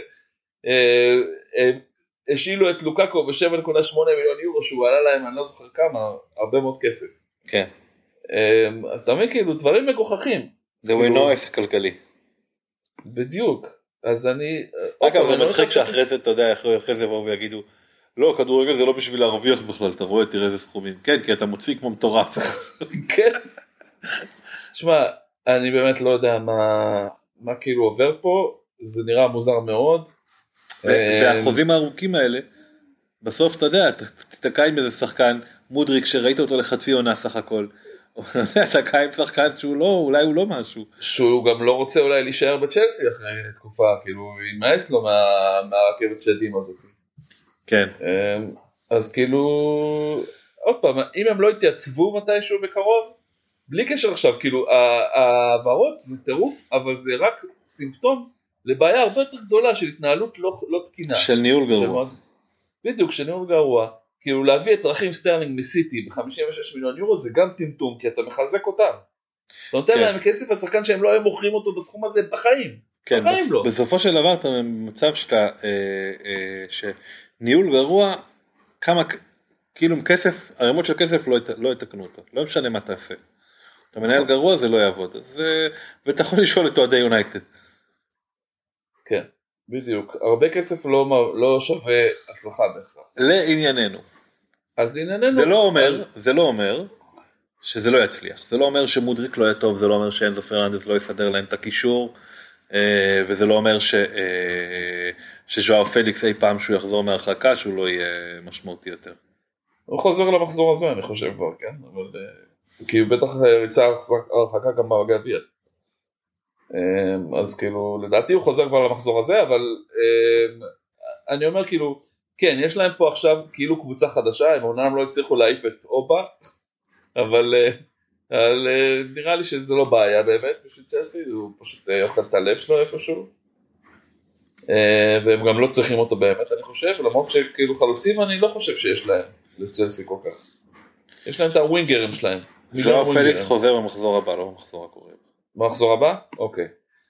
[SPEAKER 2] השאילו את לוקאקו ב-7.8 מיליון יורו, שהוא עלה להם, אני לא זוכר כמה, הרבה מאוד כסף.
[SPEAKER 3] כן.
[SPEAKER 2] אז אתה מבין, כאילו, דברים מגוחכים.
[SPEAKER 3] זה ווינועס הכלכלי.
[SPEAKER 2] בדיוק. אז אני...
[SPEAKER 3] אגב, זה מצחיק שאחרי זה, אתה יודע, אחרי זה יבואו ויגידו, לא, כדורגל זה לא בשביל להרוויח בכלל, אתה רואה, תראה איזה סכומים. כן, כי אתה מוציא כמו מטורף. כן.
[SPEAKER 2] תשמע, אני באמת לא יודע מה כאילו עובר פה, זה נראה מוזר מאוד.
[SPEAKER 3] והחוזים הארוכים האלה, בסוף אתה יודע, תתקע עם איזה שחקן, מודריק שראית אותו לחצי עונה סך הכל, תתקע עם שחקן שהוא לא, אולי הוא לא משהו.
[SPEAKER 2] שהוא גם לא רוצה אולי להישאר בצ'לסי אחרי תקופה, כאילו, ימאס לו מהרכבת שדים הזאת.
[SPEAKER 3] כן.
[SPEAKER 2] אז כאילו, עוד פעם, אם הם לא התייצבו מתישהו בקרוב, בלי קשר עכשיו, כאילו, העברות זה טירוף, אבל זה רק סימפטום לבעיה הרבה יותר גדולה של התנהלות לא תקינה.
[SPEAKER 3] של ניהול גרוע.
[SPEAKER 2] בדיוק, של ניהול גרוע. כאילו להביא את רכים סטרלינג מסיטי ב-56 מיליון יורו זה גם טמטום, כי אתה מחזק אותם. אתה נותן להם כסף לשחקן שהם לא היו מוכרים אותו בסכום הזה בחיים.
[SPEAKER 3] כן,
[SPEAKER 2] בחיים לא.
[SPEAKER 3] בסופו של דבר אתה במצב שאתה, שניהול גרוע כמה, כאילו כסף, הרמות של כסף לא יתקנו אותו, לא משנה מה תעשה. אתה מנהל גרוע זה לא יעבוד, ואתה יכול לשאול את אוהדי יונייטד.
[SPEAKER 2] כן, בדיוק. הרבה כסף לא שווה הצלחה בהכרח.
[SPEAKER 3] לענייננו.
[SPEAKER 2] אז לענייננו...
[SPEAKER 3] זה לא אומר שזה לא יצליח. זה לא אומר שמודריק לא יהיה טוב, זה לא אומר שאנזו פרננדס לא יסדר להם את הקישור, וזה לא אומר שז'ואר פליקס אי פעם שהוא יחזור מהרחקה, שהוא לא יהיה משמעותי יותר.
[SPEAKER 2] הוא חוזר למחזור הזה, אני חושב כבר, כן? אבל... כי הוא בטח ריצה הרחקה גם בגביע. אז כאילו, לדעתי הוא חוזר כבר למחזור הזה, אבל אני אומר כאילו, כן, יש להם פה עכשיו כאילו קבוצה חדשה, הם אומנם לא הצליחו להעיף את אובה, אבל נראה לי שזה לא בעיה באמת בשביל צ'לסי, הוא פשוט אוכל את הלב שלו איפשהו, והם גם לא צריכים אותו באמת, אני חושב, למרות שכאילו חלוצים אני לא חושב שיש להם לצ'לסי כל כך. יש להם את הווינגרים שלהם.
[SPEAKER 3] ז'ואר פליקס חוזר במחזור הבא, לא במחזור הקרוב.
[SPEAKER 2] במחזור הבא? אוקיי.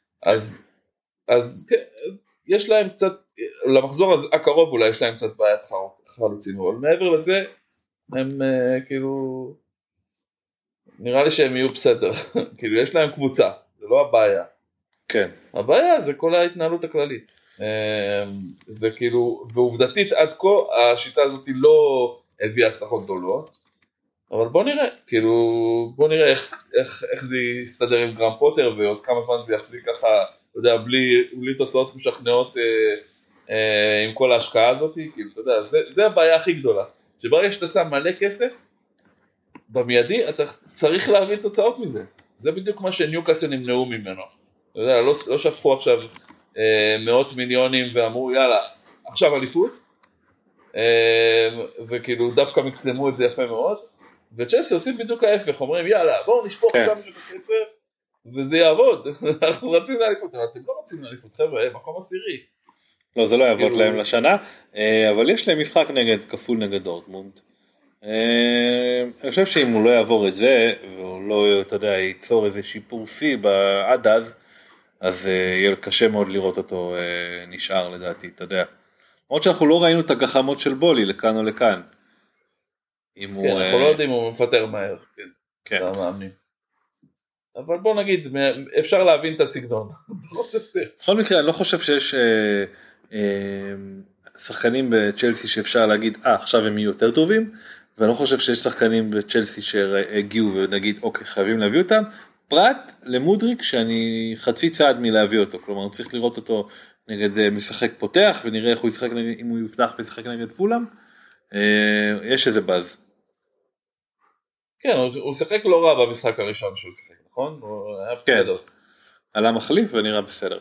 [SPEAKER 2] אז יש להם קצת, למחזור הקרוב אולי יש להם קצת בעיית חלוצים, אבל מעבר לזה, הם כאילו, נראה לי שהם יהיו בסדר. כאילו יש להם קבוצה, זה לא הבעיה.
[SPEAKER 3] כן.
[SPEAKER 2] הבעיה זה כל ההתנהלות הכללית. וכאילו, ועובדתית עד כה, השיטה הזאת לא הביאה הצלחות גדולות, אבל בוא נראה, כאילו, בוא נראה איך זה יסתדר עם גרם פוטר, ועוד כמה זמן זה יחזיק ככה, אתה יודע, בלי תוצאות משכנעות עם כל ההשקעה הזאת, כאילו, אתה יודע, זה הבעיה הכי גדולה, שברגע שאתה שם מלא כסף, במיידי אתה צריך להביא תוצאות מזה, זה בדיוק מה שניוקאסל נמנעו ממנו, אתה יודע, לא שפכו עכשיו מאות מיליונים ואמרו יאללה, עכשיו אליפות, וכאילו דווקא מקסמו את זה יפה מאוד, וצ'לסי עושים בדיוק ההפך, אומרים יאללה בואו נשפוך כמה שאת הכסף וזה יעבוד, אנחנו רצים לאליפות, אתם לא רצים לאליפות חבר'ה, מקום עשירי.
[SPEAKER 3] לא, זה לא יעבוד להם לשנה, אבל יש להם משחק כפול נגד דורטמונד. אני חושב שאם הוא לא יעבור את זה, והוא לא, אתה יודע, ייצור איזה שיפור שיא עד אז יהיה קשה מאוד לראות אותו נשאר לדעתי, אתה יודע. למרות שאנחנו לא ראינו את הגחמות של בולי לכאן או לכאן.
[SPEAKER 2] אנחנו לא יודעים אם הוא מפטר מהר, כן, אבל בוא נגיד, אפשר להבין את הסגנון.
[SPEAKER 3] בכל מקרה, אני לא חושב שיש שחקנים בצ'לסי שאפשר להגיד, עכשיו הם יהיו יותר טובים, ואני לא חושב שיש שחקנים בצ'לסי שהגיעו ונגיד, אוקיי, חייבים להביא אותם, פרט למודריק שאני חצי צעד מלהביא אותו, כלומר, צריך לראות אותו נגד משחק פותח, ונראה איך הוא ישחק, אם הוא יפתח וישחק נגד פולאם, יש איזה באז.
[SPEAKER 2] כן, הוא שיחק לא רע במשחק הראשון שהוא שיחק, נכון? הוא היה בסדר.
[SPEAKER 3] כן, עלה מחליף ונראה בסדר.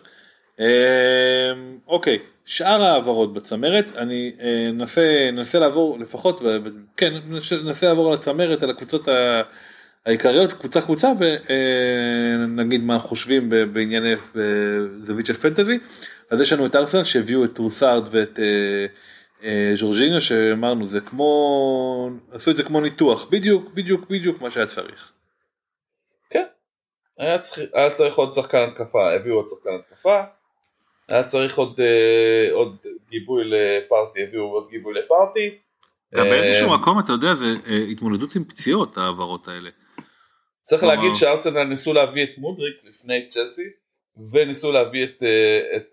[SPEAKER 3] אוקיי, שאר העברות בצמרת, אני ננסה לעבור לפחות, כן, ננסה לעבור על הצמרת, על הקבוצות העיקריות, קבוצה, ונגיד מה חושבים בענייני זווית של פנטזי. אז יש לנו את ארסנל שהביאו את טרוסארד ואת ז'ורג'יניו, שאמרנו, זה כמו, עשו את זה כמו ניתוח, בדיוק מה שהיה צריך.
[SPEAKER 2] כן, היה צריך עוד שחקן התקפה, הביאו עוד שחקן התקפה, היה צריך עוד גיבוי לפארטי, הביאו עוד גיבוי לפארטי.
[SPEAKER 3] גם באיזשהו מקום, אתה יודע, זה התמודדות עם פציעות, העברות האלה.
[SPEAKER 2] צריך להגיד שארסנל ניסו להביא את מודריק לפני צ'לסי, וניסו להביא את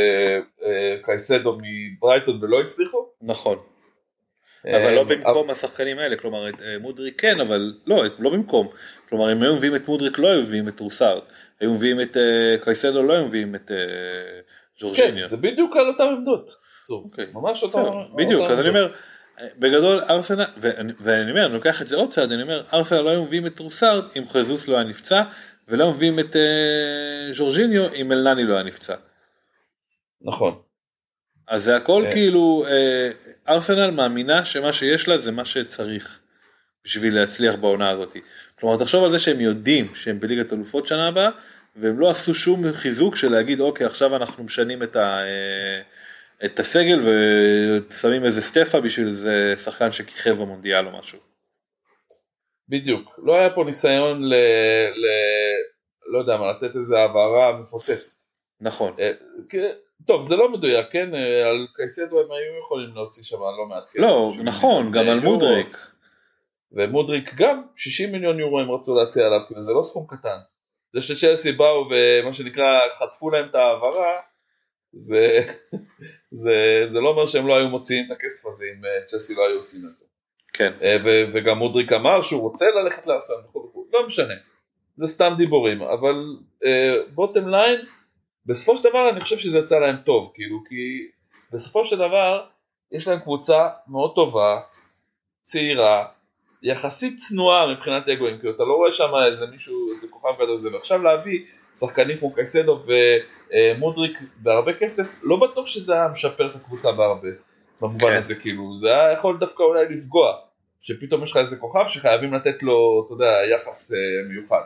[SPEAKER 2] קייסדו מברייטון ולא הצליחו.
[SPEAKER 3] נכון. אבל לא במקום השחקנים האלה, כלומר את מודריק כן, אבל לא במקום. כלומר אם היו מביאים את מודריק לא היו מביאים את טרוסארד, היו מביאים את קייסדו לא היו מביאים את ז'ורג'יניו.
[SPEAKER 2] כן, זה בדיוק על אותם עמדות. ממש אותם.
[SPEAKER 3] בדיוק, אז אני אומר, בגדול ארסנל, ואני אומר, אני לוקח את זה עוד צעד, אני אומר, ארסנל לא היו מביאים את טרוסארד אם חזוס לא היה נפצע, ולא מביאים את ז'ורג'יניו אם אלנני לא היה נפצע.
[SPEAKER 2] נכון.
[SPEAKER 3] אז זה הכל כאילו, ארסנל מאמינה שמה שיש לה זה מה שצריך בשביל להצליח בעונה הזאת. כלומר, תחשוב על זה שהם יודעים שהם בליגת אלופות שנה הבאה, והם לא עשו שום חיזוק של להגיד, אוקיי, עכשיו אנחנו משנים את הסגל ושמים איזה סטפה בשביל איזה שחקן שכיכב במונדיאל או משהו.
[SPEAKER 2] בדיוק. לא היה פה ניסיון לא יודע מה, לתת איזה העברה מפוצצת.
[SPEAKER 3] נכון.
[SPEAKER 2] טוב, זה לא מדויק, כן? על קייסדו הם היו יכולים להוציא שם לא מעט כסף.
[SPEAKER 3] לא, נכון, גם על מודריק.
[SPEAKER 2] ומודריק גם 60 מיליון יורו הם רצו להציע עליו, כאילו זה לא סכום קטן. זה שצ'לסי באו ומה שנקרא חטפו להם את העברה, זה לא אומר שהם לא היו מוציאים את הכסף הזה אם צ'לסי לא היו עושים את זה.
[SPEAKER 3] כן.
[SPEAKER 2] וגם מודריק אמר שהוא רוצה ללכת לארסנל וכו', לא משנה. זה סתם דיבורים, אבל בוטם ליין, בסופו של דבר אני חושב שזה יצא להם טוב, כאילו, כי בסופו של דבר יש להם קבוצה מאוד טובה, צעירה, יחסית צנועה מבחינת אגואים, כי אתה לא רואה שם איזה מישהו, איזה כוכב גדול זה, ועכשיו להביא שחקנים כמו קייסדו ומודריק בהרבה כסף, לא בטוח שזה היה משפר את הקבוצה בהרבה, במובן הזה כאילו, זה היה יכול דווקא אולי לפגוע, שפתאום יש לך איזה כוכב שחייבים לתת לו, אתה יודע, יחס מיוחד.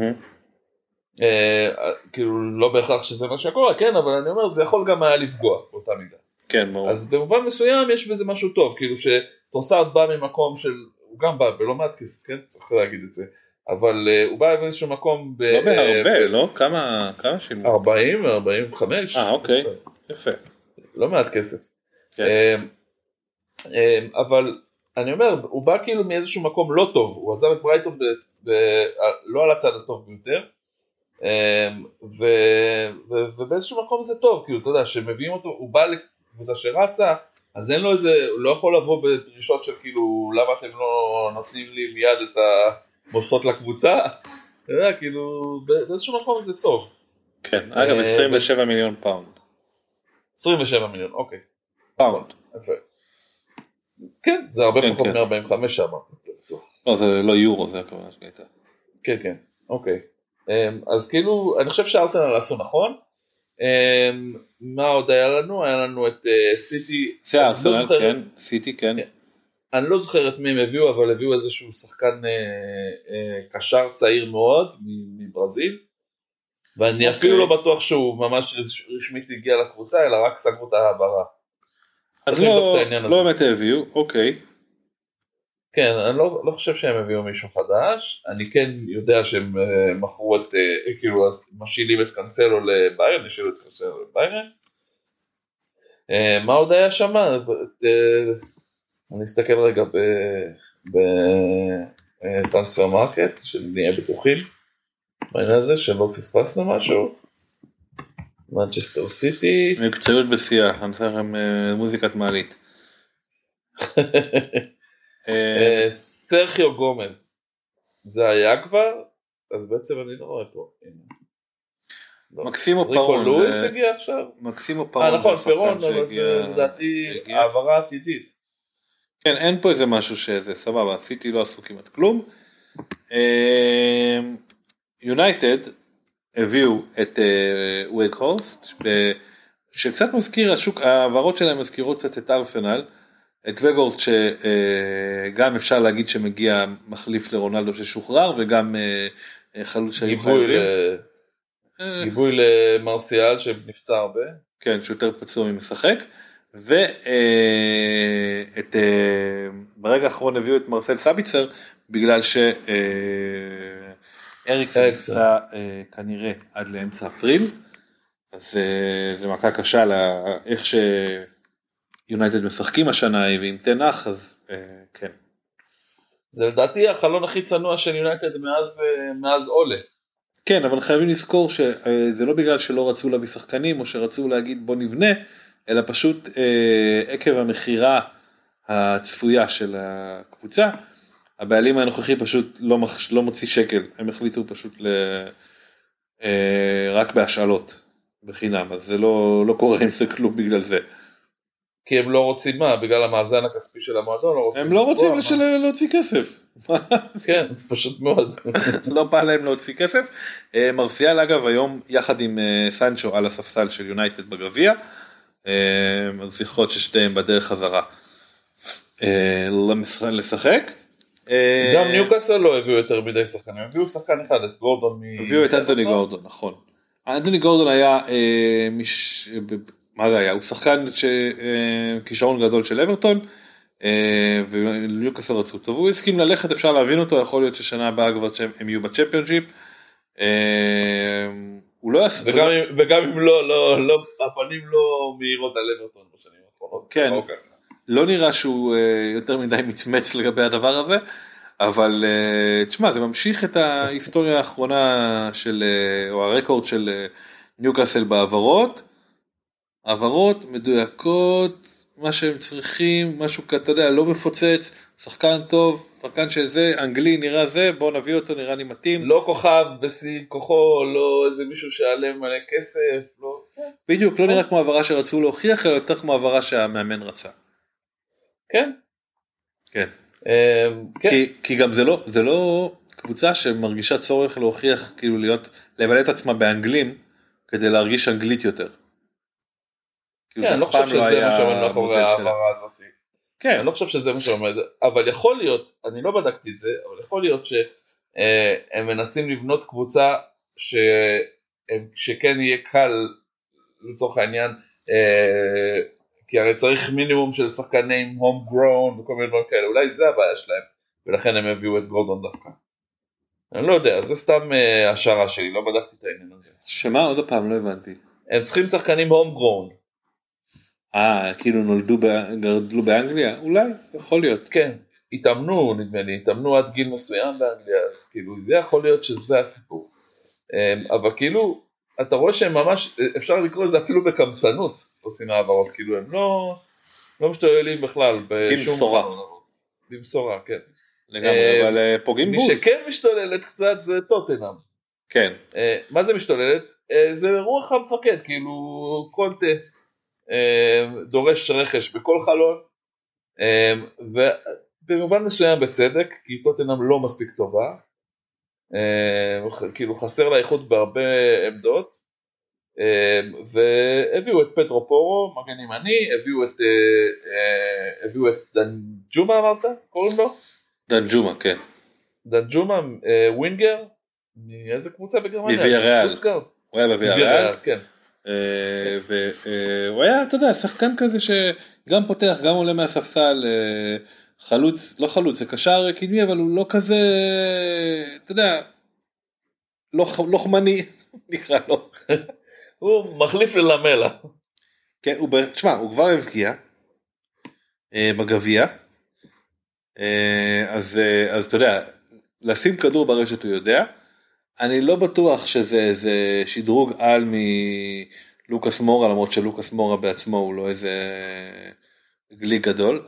[SPEAKER 2] כאילו לא בהכרח שזה מה שקורה, כן, אבל אני אומר, זה יכול גם היה לפגוע באותה מידה.
[SPEAKER 3] כן, ברור.
[SPEAKER 2] אז במובן מסוים יש בזה משהו טוב, כאילו שטרוסארד בא ממקום של, הוא גם בא בלא מעט כסף, כן, צריך להגיד את זה, אבל הוא בא באיזשהו מקום
[SPEAKER 3] לא בהרבה, לא? כמה שילמו?
[SPEAKER 2] 40, 45.
[SPEAKER 3] אוקיי, יפה.
[SPEAKER 2] לא מעט כסף. אבל אני אומר, הוא בא כאילו מאיזשהו מקום לא טוב, הוא עזב את ברייטון לא על הצד הטוב ביותר, ובאיזשהו מקום זה טוב, כאילו, אתה יודע, שמביאים אותו, הוא בא לקבוצה שרצה, אז אין לו איזה, הוא לא יכול לבוא בדרישות של כאילו, למה אתם לא נותנים לי מיד את המושכות לקבוצה, אתה יודע, כאילו, באיזשהו מקום זה טוב.
[SPEAKER 3] כן, אגב, 27 מיליון פאונד.
[SPEAKER 2] 27 מיליון, אוקיי.
[SPEAKER 3] פאונד.
[SPEAKER 2] יפה. כן, זה הרבה פחות מ-45 שם.
[SPEAKER 3] לא, זה לא יורו, זה הכוונה שהייתה.
[SPEAKER 2] כן, כן, אוקיי. אז כאילו, אני חושב שארסנל עשו נכון. מה עוד היה לנו? היה לנו את סיטי.
[SPEAKER 3] זה ארסנל, כן, סיטי, כן.
[SPEAKER 2] אני לא זוכר את מי הם הביאו, אבל הביאו איזשהו שחקן קשר צעיר מאוד מברזיל. ואני אפילו לא בטוח שהוא ממש רשמית הגיע לקבוצה, אלא רק סגרו את העברה.
[SPEAKER 3] אז לא באמת הביאו, אוקיי.
[SPEAKER 2] כן, אני לא חושב שהם הביאו מישהו חדש, אני כן יודע שהם מכרו את, כאילו, משילים את קנסלו לביירן, השאילו את קנסלו לביירן. מה עוד היה שם? אני אסתכל רגע בטרנספר מרקט, שנהיה בטוחים, בעניין הזה, שלא פספסנו משהו. מנצ'סטר סיטי.
[SPEAKER 3] מקצועיות בשיח, אני אעשה לכם מוזיקת מעלית.
[SPEAKER 2] סרחיו גומז, זה היה כבר, אז בעצם אני לא רואה פה.
[SPEAKER 3] מקסימו פרון.
[SPEAKER 2] ריקו לואיס הגיע עכשיו?
[SPEAKER 3] מקסימו פרון.
[SPEAKER 2] נכון, פרון, אבל זה לדעתי העברה עתידית.
[SPEAKER 3] כן, אין פה איזה משהו שזה סבבה, סיטי לא עשו כמעט כלום. יונייטד הביאו את וויגהורסט, שקצת מזכיר, העברות שלהם מזכירות קצת את ארסנל, את וויגהורסט שגם אפשר להגיד שמגיע מחליף לרונלדו ששוחרר, וגם חלוץ שהיו חייבים.
[SPEAKER 2] גיבוי למרסיאל שנפצע הרבה.
[SPEAKER 3] כן, שיותר פצוע ממשחק, ברגע האחרון הביאו את מרסל סביצר, בגלל אריקסון נפצע כנראה עד לאמצע אפריל, אז זה מכה קשה לאיך שיונייטד משחקים השנה, ואם תנח, אז כן.
[SPEAKER 2] זה לדעתי החלון הכי צנוע של יונייטד מאז עולה.
[SPEAKER 3] כן, אבל חייבים לזכור שזה לא בגלל שלא רצו להביא שחקנים, או שרצו להגיד בוא נבנה, אלא פשוט עקב המחירה הצפויה של הקבוצה, הבעלים הנוכחי פשוט לא מוציא שקל, הם החליטו פשוט רק בהשאלות בחינם, אז זה לא קורה עם זה כלום בגלל זה.
[SPEAKER 2] כי הם לא רוצים מה? בגלל המאזן הכספי של המועדון?
[SPEAKER 3] הם לא רוצים להוציא כסף.
[SPEAKER 2] כן, זה פשוט מאוד.
[SPEAKER 3] לא בא להם להוציא כסף. מרסיאל אגב היום יחד עם סנצ'ו על הספסל של יונייטד בגביע, אז זכרות ששתיהם בדרך חזרה לשחק.
[SPEAKER 2] גם ניוקאסל לא הביאו יותר מדי שחקנים, הביאו שחקן אחד, את גורדון.
[SPEAKER 3] הביאו את אנטוני גורדון, נכון. אנטוני גורדון היה, מה זה היה? הוא שחקן כישרון גדול של אברטון, וניוקאסל רצו טוב, הוא הסכים ללכת, אפשר להבין אותו, יכול להיות ששנה הבאה כבר הם יהיו בצ'מפיונשיפ, הוא לא יעשה...
[SPEAKER 2] וגם אם לא, הפנים לא מהירות על אברטון בשנים האחרונות.
[SPEAKER 3] כן, לא נראה שהוא יותר מדי מצמץ לגבי הדבר הזה, אבל תשמע, זה ממשיך את ההיסטוריה האחרונה של, או הרקורד של ניוקאסל בעברות, העברות מדויקות, מה שהם צריכים, משהו אתה יודע, לא מפוצץ, שחקן טוב, שחקן שזה, אנגלי נראה זה, בואו נביא אותו, נראה לי מתאים.
[SPEAKER 2] לא כוכב בשיא כוחו, לא איזה מישהו שעלם מלא כסף, לא.
[SPEAKER 3] בדיוק, לא נראה כמו העברה שרצו להוכיח, אלא יותר כמו העברה שהמאמן רצה.
[SPEAKER 2] כן.
[SPEAKER 3] כן. כי גם זה לא קבוצה שמרגישה צורך להוכיח, כאילו לבלט עצמה באנגלים, כדי להרגיש אנגלית יותר.
[SPEAKER 2] אני לא חושב שזה מה שעומד מאחורי העברה הזאת. אני לא חושב שזה מה שעומד, אבל יכול להיות, אני לא בדקתי את זה, אבל יכול להיות שהם מנסים לבנות קבוצה שכן יהיה קל לצורך העניין, כי הרי צריך מינימום של שחקנים הום גרון וכל מיני דברים כאלה, אולי זה הבעיה שלהם, ולכן הם הביאו את גורדון דווקא. אני לא יודע, זה סתם השערה שלי, לא בדקתי את העניין הזה.
[SPEAKER 3] שמה? עוד הפעם לא הבנתי.
[SPEAKER 2] הם צריכים שחקנים הום גרון.
[SPEAKER 3] כאילו גדלו באנגליה? אולי, יכול להיות.
[SPEAKER 2] כן, התאמנו נדמה לי, התאמנו עד גיל מסוים באנגליה, אז כאילו זה יכול להיות שזה הסיפור. אבל כאילו, אתה רואה שהם ממש, אפשר לקרוא לזה אפילו בקמצנות, עושים העברות, כאילו הם לא משתוללים בכלל.
[SPEAKER 3] במשורה.
[SPEAKER 2] במשורה, כן.
[SPEAKER 3] לגמרי, אבל פוגעים בול.
[SPEAKER 2] מי שכן משתוללת קצת זה טוטנהאם.
[SPEAKER 3] כן. מה
[SPEAKER 2] זה משתוללת? זה רוח המפקד, כאילו קונטה דורש רכש בכל חלון, ובמובן מסוים בצדק, כי טוטנהאם לא מספיק טובה, כאילו חסר לה איכות בהרבה עמדות, והביאו את פדרו פורו, מגן ימני, הביאו את דנג'ומה, אמרת? קוראים לו?
[SPEAKER 3] דנג'ומה, כן.
[SPEAKER 2] דנג'ומה, ווינגר, מאיזה קבוצה בגרמניה?
[SPEAKER 3] מוויאריאל. הוא היה בוויאריאל,
[SPEAKER 2] כן.
[SPEAKER 3] והוא היה, אתה יודע, שחקן כזה שגם פותח, גם עולה מהספסל, חלוץ, לא חלוץ, זה קשר קדמי, אבל הוא לא כזה, אתה יודע, לוחמני, נקרא לו.
[SPEAKER 2] הוא מחליף ללמלה.
[SPEAKER 3] כן, תשמע, הוא כבר הבקיע בגביע, אז אתה יודע, לשים כדור ברשת הוא יודע, אני לא בטוח שזה איזה שדרוג על מלוקאס מורה, למרות שלוקאס מורה בעצמו הוא לא איזה גלי גדול,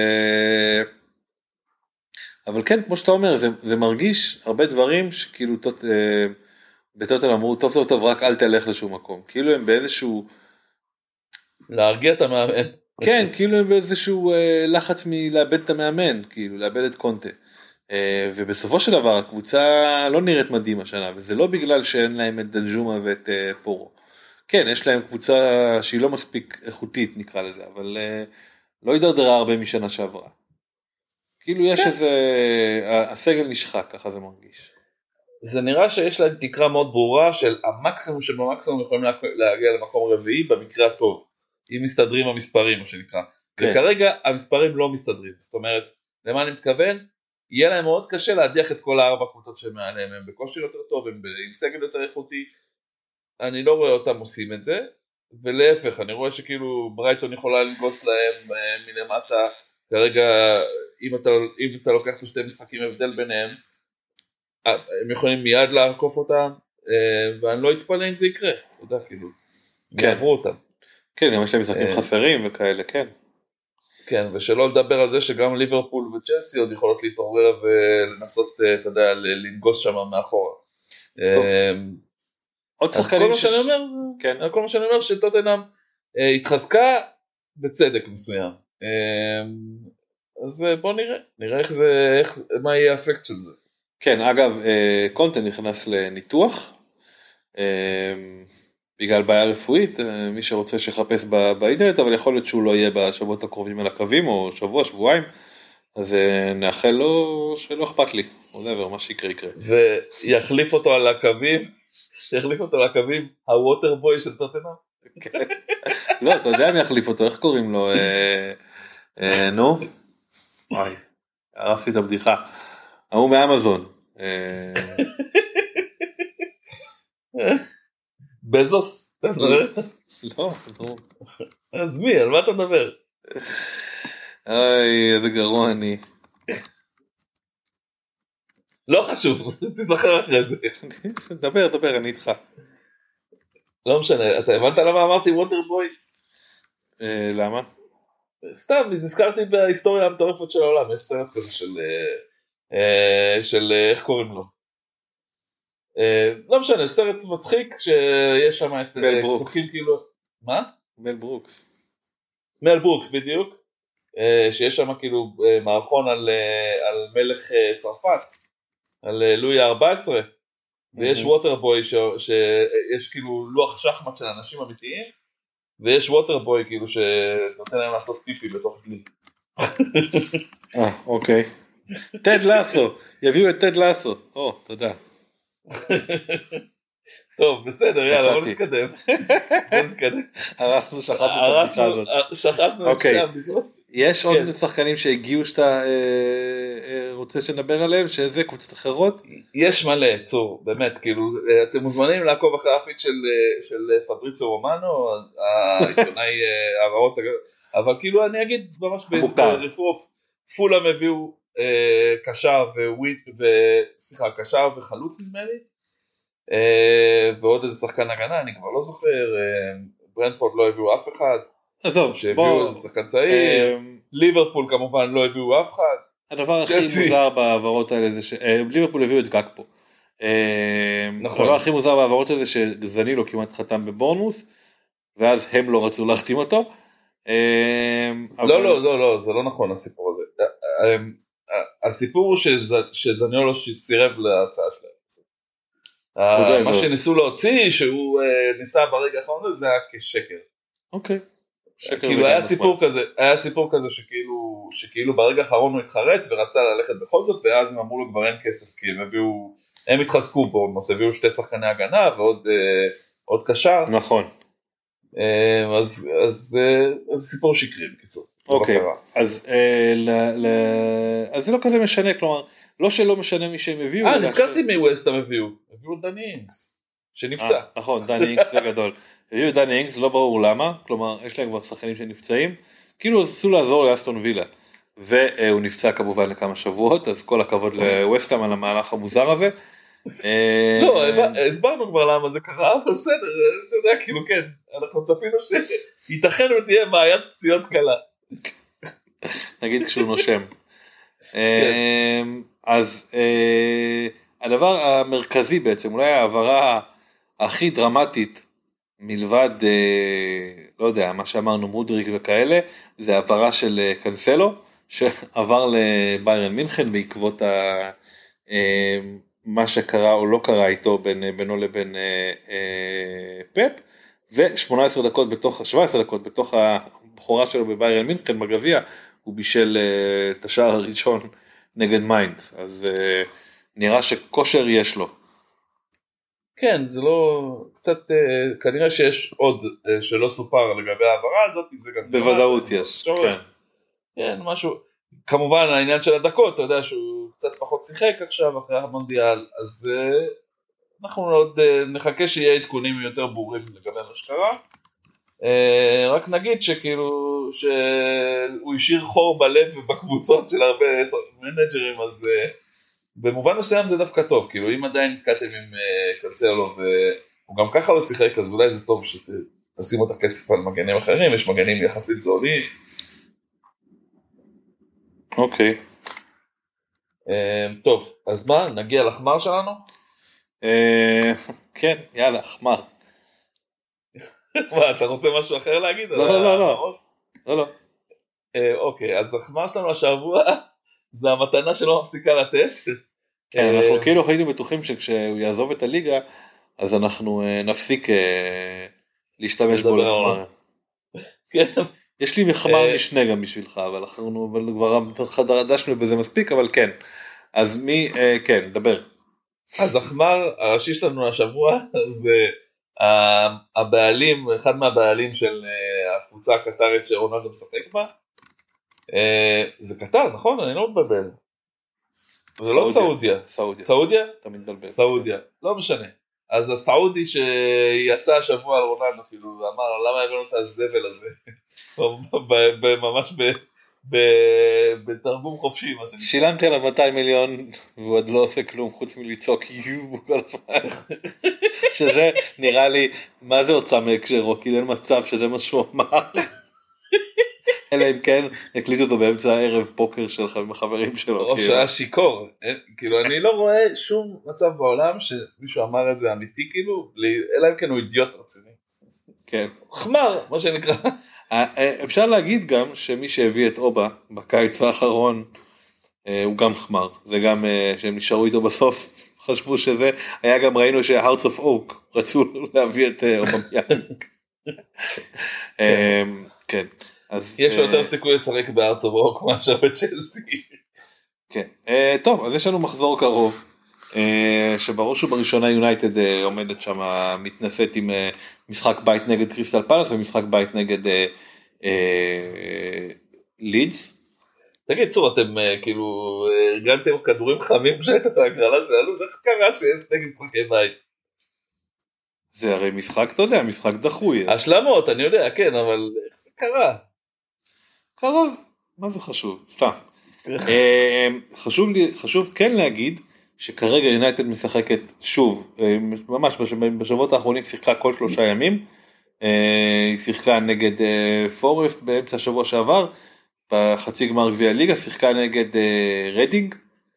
[SPEAKER 3] אבל כן, כמו שאתה אומר, זה מרגיש הרבה דברים שכאילו בטוטל אמרו, טוב, רק אל תלך לשום מקום. כאילו הם באיזשהו...
[SPEAKER 2] להרגיע את המאמן.
[SPEAKER 3] כן, כאילו הם באיזשהו לחץ מלאבד את המאמן, כאילו לאבד את קונטה. ובסופו של דבר הקבוצה לא נראית מדהים השנה, וזה לא בגלל שאין להם את דנג'ומה ואת פורו. כן, יש להם קבוצה שהיא לא מספיק איכותית נקרא לזה, אבל לא ידרדרה הרבה משנה שעברה. כאילו יש איזה, הסגל נשחק, ככה זה מרגיש.
[SPEAKER 2] זה נראה שיש להם תקרה מאוד ברורה של המקסימום שבמקסימום יכולים להגיע למקום רביעי במקרה הטוב, אם מסתדרים המספרים, מה שנקרא. וכרגע המספרים לא מסתדרים, זאת אומרת, למה אני מתכוון? יהיה להם מאוד קשה להדיח את כל הארבע קבוצות שמעליהם, הם בכושר יותר טוב, הם עם סגל יותר איכותי, אני לא רואה אותם עושים את זה, ולהפך, אני רואה שכאילו ברייטון יכולה לנגוס להם מלמטה, כרגע אם אתה לוקח את שתי משחקים הבדל ביניהם, הם יכולים מיד לעקוף אותם, ואני לא אתפלא אם זה יקרה, אתה יודע, כאילו, יעברו אותם.
[SPEAKER 3] כן, גם יש להם משחקים חסרים וכאלה, כן.
[SPEAKER 2] כן, ושלא לדבר על זה שגם ליברפול וצ'לסי עוד יכולות להתעורר ולנסות, אתה יודע, לנגוס שם מאחורה. אז כל מה שאני אומר שטוטנהאם התחזקה בצדק מסוים. אז בוא נראה מה יהיה האפקט של זה.
[SPEAKER 3] כן, אגב, קונטה נכנס לניתוח, בגלל בעיה רפואית, מי שרוצה שחפש באינטרנט, אבל יכול להיות שהוא לא יהיה בשבועות הקרובים על הקווים, או שבוע, שבועיים, אז נאחל לו שלא אכפת לי, whatever, מה שיקרה יקרה.
[SPEAKER 2] ויחליף אותו על הקווים, הווטרבוי של טוטנהאם?
[SPEAKER 3] לא, אתה יודע מי יחליף אותו, איך קוראים לו? נו? וואי, הרסתי את הבדיחה. הוא מאמזון.
[SPEAKER 2] בזוס?
[SPEAKER 3] לא.
[SPEAKER 2] אז מי? על מה אתה מדבר?
[SPEAKER 3] איי, איזה גרוע אני.
[SPEAKER 2] לא חשוב, תזכר אחרי זה.
[SPEAKER 3] דבר, אני איתך.
[SPEAKER 2] לא משנה, אתה הבנת למה אמרתי ווטרבוי?
[SPEAKER 3] למה?
[SPEAKER 2] סתם, נזכרתי בהיסטוריה המטורפת של העולם, יש סרט כזה של איך קוראים לו? לא משנה, סרט מצחיק שיש שם את...
[SPEAKER 3] מל ברוקס.
[SPEAKER 2] כאילו... מה?
[SPEAKER 3] מל ברוקס.
[SPEAKER 2] מל ברוקס, בדיוק. שיש שם כאילו מערכון על מלך צרפת, על לואי ה-14, ויש ווטרבוי שיש כאילו לוח שחמט של אנשים אמיתיים, ויש ווטרבוי כאילו שנותן להם לעשות פיפי בתוך דלי.
[SPEAKER 3] אוקיי. טד לסו, יביאו את טד לסו. תודה.
[SPEAKER 2] טוב, בסדר, יאללה, בוא נתקדם.
[SPEAKER 3] אנחנו שחטנו את הבדיחה הזאת.
[SPEAKER 2] שחטנו את שתי הבדיחות.
[SPEAKER 3] יש עוד שחקנים שהגיעו שאתה רוצה שנדבר עליהם, שזה קבוצות אחרות?
[SPEAKER 2] יש מלא, צור, באמת, כאילו, אתם מוזמנים לעקוב אחרי הפיד של פבריצו רומנו, העיתונאי העברות, אבל כאילו אני אגיד ממש ברפרוף, פולאם הביאו קשר וחלוץ נדמה לי, ועוד איזה שחקן הגנה, אני כבר לא זוכר, ברנפורד לא הביאו אף אחד, שהביאו איזה שחקן צעיר, ליברפול כמובן לא הביאו אף אחד.
[SPEAKER 3] הדבר הכי מוזר בעברות האלה זה שליברפול הביאו את גאקפו. הדבר הכי מוזר בעברות הזה שזנילו כמעט חתם בבורנמוס, ואז הם לא רצו להחתים אותו.
[SPEAKER 2] לא, זה לא נכון הסיפור הזה. הסיפור הוא שזנילו סירב להצעה שלהם. מה שניסו להוציא, שהוא ניסה ברגע האחרון, זה היה כשקר.
[SPEAKER 3] אוקיי.
[SPEAKER 2] כאילו היה סיפור כזה שכאילו ברגע האחרון הוא התחרט ורצה ללכת בכל זאת, ואז הם אמרו לו כבר אין כסף, כי הם התחזקו בו, הביאו שתי שחקני הגנה ועוד קשר.
[SPEAKER 3] נכון.
[SPEAKER 2] אז סיפור שקרי בקיצור.
[SPEAKER 3] אוקיי, אז זה לא כזה משנה, כלומר, לא שלא משנה מי שהם הביאו.
[SPEAKER 2] נזכרתי מווסט הם הביאו דני אינגס, שנפצע.
[SPEAKER 3] נכון, דני אינגס זה גדול. הביאו דני אינגס, לא ברור למה, כלומר, יש להם כבר שחקנים שנפצעים, כאילו עשו לעזור לאסטון וילה, והוא נפצע כמובן לכמה שבועות, אז כל הכבוד לווסטהאם על המהלך המוזר הזה.
[SPEAKER 2] לא, הסברנו כבר למה זה קרה, אבל בסדר, אתה יודע, כאילו כן, אנחנו צפינו שייתכן ותהיה בעיית פציעות קלה.
[SPEAKER 3] נגיד כשהוא נושם. אז הדבר המרכזי בעצם, אולי העברה הכי דרמטית, מלבד, לא יודע, מה שאמרנו מודריק וכאלה, זה העברה של קנסלו, שעבר לביירן מינכן בעקבות מה שקרה או לא קרה איתו בינו לבין פפ, ו-17 דקות בתוך הבחורה שלו בביירן מינכן בגביע, הוא בישל את השער הראשון נגד מיינדס, אז נראה שכושר יש לו.
[SPEAKER 2] כן, זה לא, קצת, כנראה שיש עוד שלא סופר לגבי העברה הזאת, זה גם...
[SPEAKER 3] בוודאות יש, כן.
[SPEAKER 2] כן, משהו, כמובן העניין של הדקות, אתה יודע שהוא קצת פחות שיחק עכשיו אחרי המונדיאל, אז אנחנו עוד נחכה שיהיה עדכונים יותר ברורים לגבי מה שקרה, רק נגיד שכאילו, שהוא השאיר חור בלב ובקבוצות של הרבה מנג'רים, אז במובן מסוים זה דווקא טוב, כאילו אם עדיין נתקעתם עם קנסלו והוא גם ככה לא שיחק, אז אולי זה טוב שתשימו את הכסף על מגנים אחרים, יש מגנים יחסית זולים.
[SPEAKER 3] אוקיי.
[SPEAKER 2] טוב, אז מה, נגיע לחמר שלנו?
[SPEAKER 3] כן, יאללה, חמר.
[SPEAKER 2] מה, אתה רוצה משהו אחר להגיד?
[SPEAKER 3] לא.
[SPEAKER 2] אוקיי, אז החמר שלנו השבוע זה המתנה שלא מפסיקה לתת.
[SPEAKER 3] כן, אנחנו כאילו היינו בטוחים שכשהוא יעזוב את הליגה, אז אנחנו נפסיק להשתמש בו לחמר.
[SPEAKER 2] כן.
[SPEAKER 3] יש לי מחמר משנה גם בשבילך, אבל אנחנו כבר דשנו בזה מספיק, אבל כן. אז כן, דבר.
[SPEAKER 2] אז החמר הראשי שלנו השבוע, זה הבעלים, אחד מהבעלים של הקבוצה הקטרית שרונלדו משחק בה, זה קטר, נכון? אני לא מתבלבל. זה לא סעודיה.
[SPEAKER 3] סעודיה?
[SPEAKER 2] אתה מתבלבל. סעודיה, לא משנה. אז הסעודי שיצא השבוע על רונלדו, כאילו, אמר, למה הבאנו את הזבל הזה? ממש בתרגום חופשי, מה שנקרא.
[SPEAKER 3] שילמתי עליו 200 מיליון, והוא עוד לא עושה כלום, חוץ מלצעוק יו כל הזמן. שזה נראה לי, מה זה הוצא מהקשרו? כי אין מצב שזה מה שהוא אמר. אלא אם כן, הקליטו אותו באמצע הערב פוקר שלך עם החברים שלו.
[SPEAKER 2] או שהיה שיקור. כאילו, אני לא רואה שום מצב בעולם שמישהו אמר את זה אמיתי, כאילו, אלא אם כן הוא אידיוט רציני.
[SPEAKER 3] כן.
[SPEAKER 2] חמר, מה שנקרא.
[SPEAKER 3] אפשר להגיד גם שמי שהביא את אובה בקיץ האחרון, הוא גם חמר. זה גם שהם נשארו איתו בסוף, חשבו שזה, היה גם ראינו שה-Hearts of Oak רצו להביא את אובמיאנג. כן.
[SPEAKER 2] יש לו יותר סיכוי לשחק בארץ אובוק מאשר בצ'לסי.
[SPEAKER 3] כן, טוב, אז יש לנו מחזור קרוב, שבראש ובראשונה יונייטד עומדת שם, מתנסית עם משחק בית נגד קריסטל פלאס ומשחק בית נגד לידס.
[SPEAKER 2] תגיד צור, אתם כאילו ארגנתם כדורים חמים שהייתה את ההגרלה שלנו, זה איך קרה שיש נגד משחקי בית?
[SPEAKER 3] זה הרי משחק, אתה יודע, משחק דחוי.
[SPEAKER 2] השלמות, אני יודע, כן, אבל איך זה קרה?
[SPEAKER 3] קרה, מה זה חשוב? סתם. חשוב כן להגיד שכרגע יונייטד משחקת שוב, ממש בשבועות האחרונים שיחקה כל 3 ימים, היא שיחקה נגד פורסט באמצע השבוע שעבר, בחצי גמר גביע הליגה, שיחקה נגד רדינג,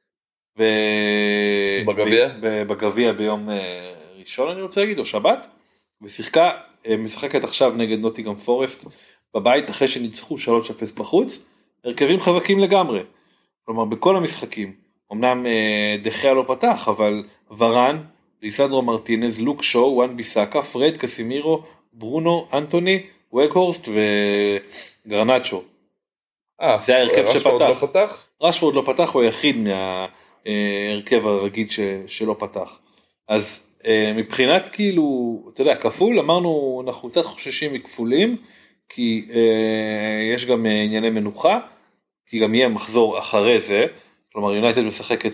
[SPEAKER 3] בגביע ביום ראשון אני רוצה להגיד, או שבת, ושיחקה, משחקת עכשיו נגד נוטיגהאם פורסט, בבית אחרי שניצחו 3-0 בחוץ, הרכבים חזקים לגמרי, כלומר בכל המשחקים, אמנם דחיה לא פתח, אבל ורן, ליסנדרו מרטינז, לוק שואו, וואן ביסאקה, פרד, קסימירו, ברונו, אנטוני, וגהורסט וגרנצ'ו. זה ההרכב שפתח. רשפורד לא פתח, הוא היחיד מההרכב הרגיל שלא פתח. אז מבחינת כאילו, אתה יודע, כפול, אמרנו, אנחנו קצת חוששים מכפולים, כי יש גם ענייני מנוחה, כי גם יהיה מחזור אחרי זה, כלומר יונייטד משחקת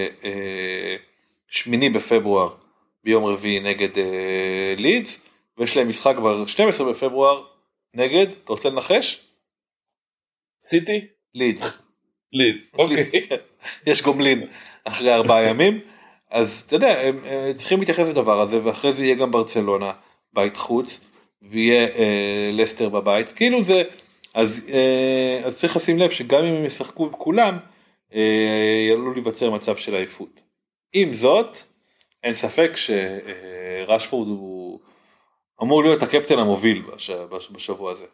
[SPEAKER 3] ב8 בפברואר, ביום רביעי נגד לידס, ויש להם משחק ב12 בפברואר נגד, אתה רוצה לנחש?
[SPEAKER 2] סיטי?
[SPEAKER 3] לידס.
[SPEAKER 2] לידס, אוקיי.
[SPEAKER 3] יש גומלין אחרי 4 ימים, אז אתה יודע, הם צריכים להתייחס לדבר הזה, ואחרי זה יהיה גם ברצלונה, בית חוץ, ויהיה לסטר בבית, כאילו זה, אז צריך לשים לב שגם אם הם ישחקו כולם, יעלו להיווצר מצב של עייפות. עם זאת, אין ספק שרשפורד הוא אמור להיות הקפטן המוביל בשבוע הזה.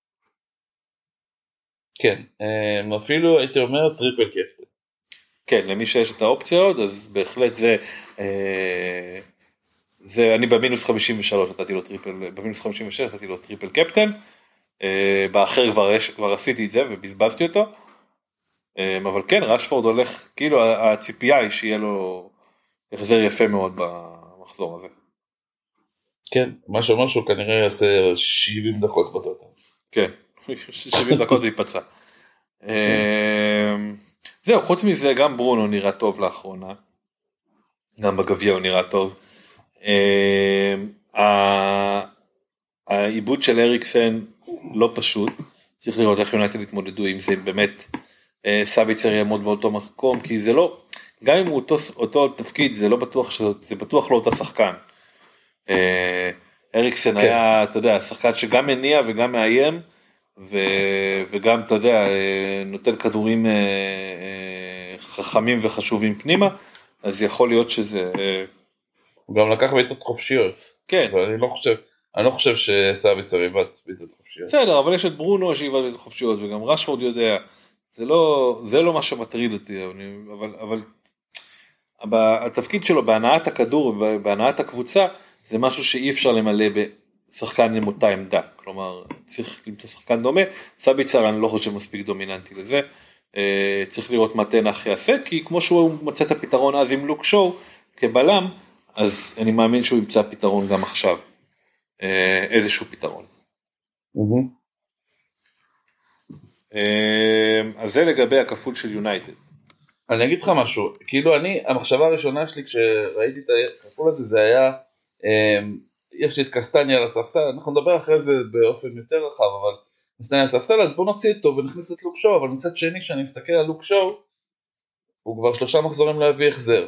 [SPEAKER 2] כן, אפילו הייתי אומר טריפל קפטן.
[SPEAKER 3] כן, למי שיש את האופציה עוד, אז בהחלט זה אני במינוס 53 נתתי לו טריפל, במינוס 56 נתתי לו טריפל קפטן, באחר כבר עשיתי את זה ובזבזתי אותו, אבל כן, רשפורד הולך, כאילו הציפייה היא שיהיה לו החזר יפה מאוד במחזור הזה. כן,
[SPEAKER 2] מה שאומר שהוא כנראה יעשה 70 דקות בטוטל.
[SPEAKER 3] כן, 70 דקות זה ייפצע. זהו, חוץ מזה גם ברונו נראה טוב לאחרונה, גם בגביע הוא נראה טוב. העיבוד של אריקסן לא פשוט, צריך לראות איך יונייטד התמודדו עם זה, באמת סאביצר יעמוד באותו מקום, כי זה לא, גם אם הוא אותו תפקיד, זה לא בטוח, זה בטוח לא אותו שחקן. אריקסן היה, אתה יודע, שחקן שגם מניע וגם מאיים, וגם, אתה יודע, נותן כדורים חכמים וחשובים פנימה, אז יכול להיות שזה...
[SPEAKER 2] הוא גם לקח בעיטות חופשיות.
[SPEAKER 3] כן.
[SPEAKER 2] אבל אני לא חושב שסאביצר איבד בעיטות חופשיות.
[SPEAKER 3] בסדר, אבל יש את ברונו שאיבד בעיטות חופשיות, וגם רשפורד יודע, זה לא מה שמטריד אותי, אבל התפקיד שלו בהנעת הכדור ובהנעת הקבוצה, זה משהו שאי אפשר למלא בשחקן עם אותה עמדה, כלומר צריך למצוא שחקן דומה, סאביצר אני לא חושב מספיק דומיננטי לזה, צריך לראות מה תנח יעשה, כי כמו שהוא מצא את הפתרון אז עם לוק שואו כבלם, אז אני מאמין שהוא ימצא פתרון גם עכשיו, איזשהו פתרון. אז זה לגבי הכפול של יונייטד.
[SPEAKER 2] אני אגיד לך משהו, כאילו המחשבה הראשונה שלי כשראיתי את הכפול הזה, זה היה יש לי את קסטניה על הספסל, אנחנו נדבר אחרי זה באופן יותר רחב, אבל קסטניה על הספסל, אז בואו נוציא אותו ונכניס את לוק שואו, אבל מצד שני, כשאני מסתכל על לוק שואו, הוא כבר 3 מחזורים לא הביא החזר.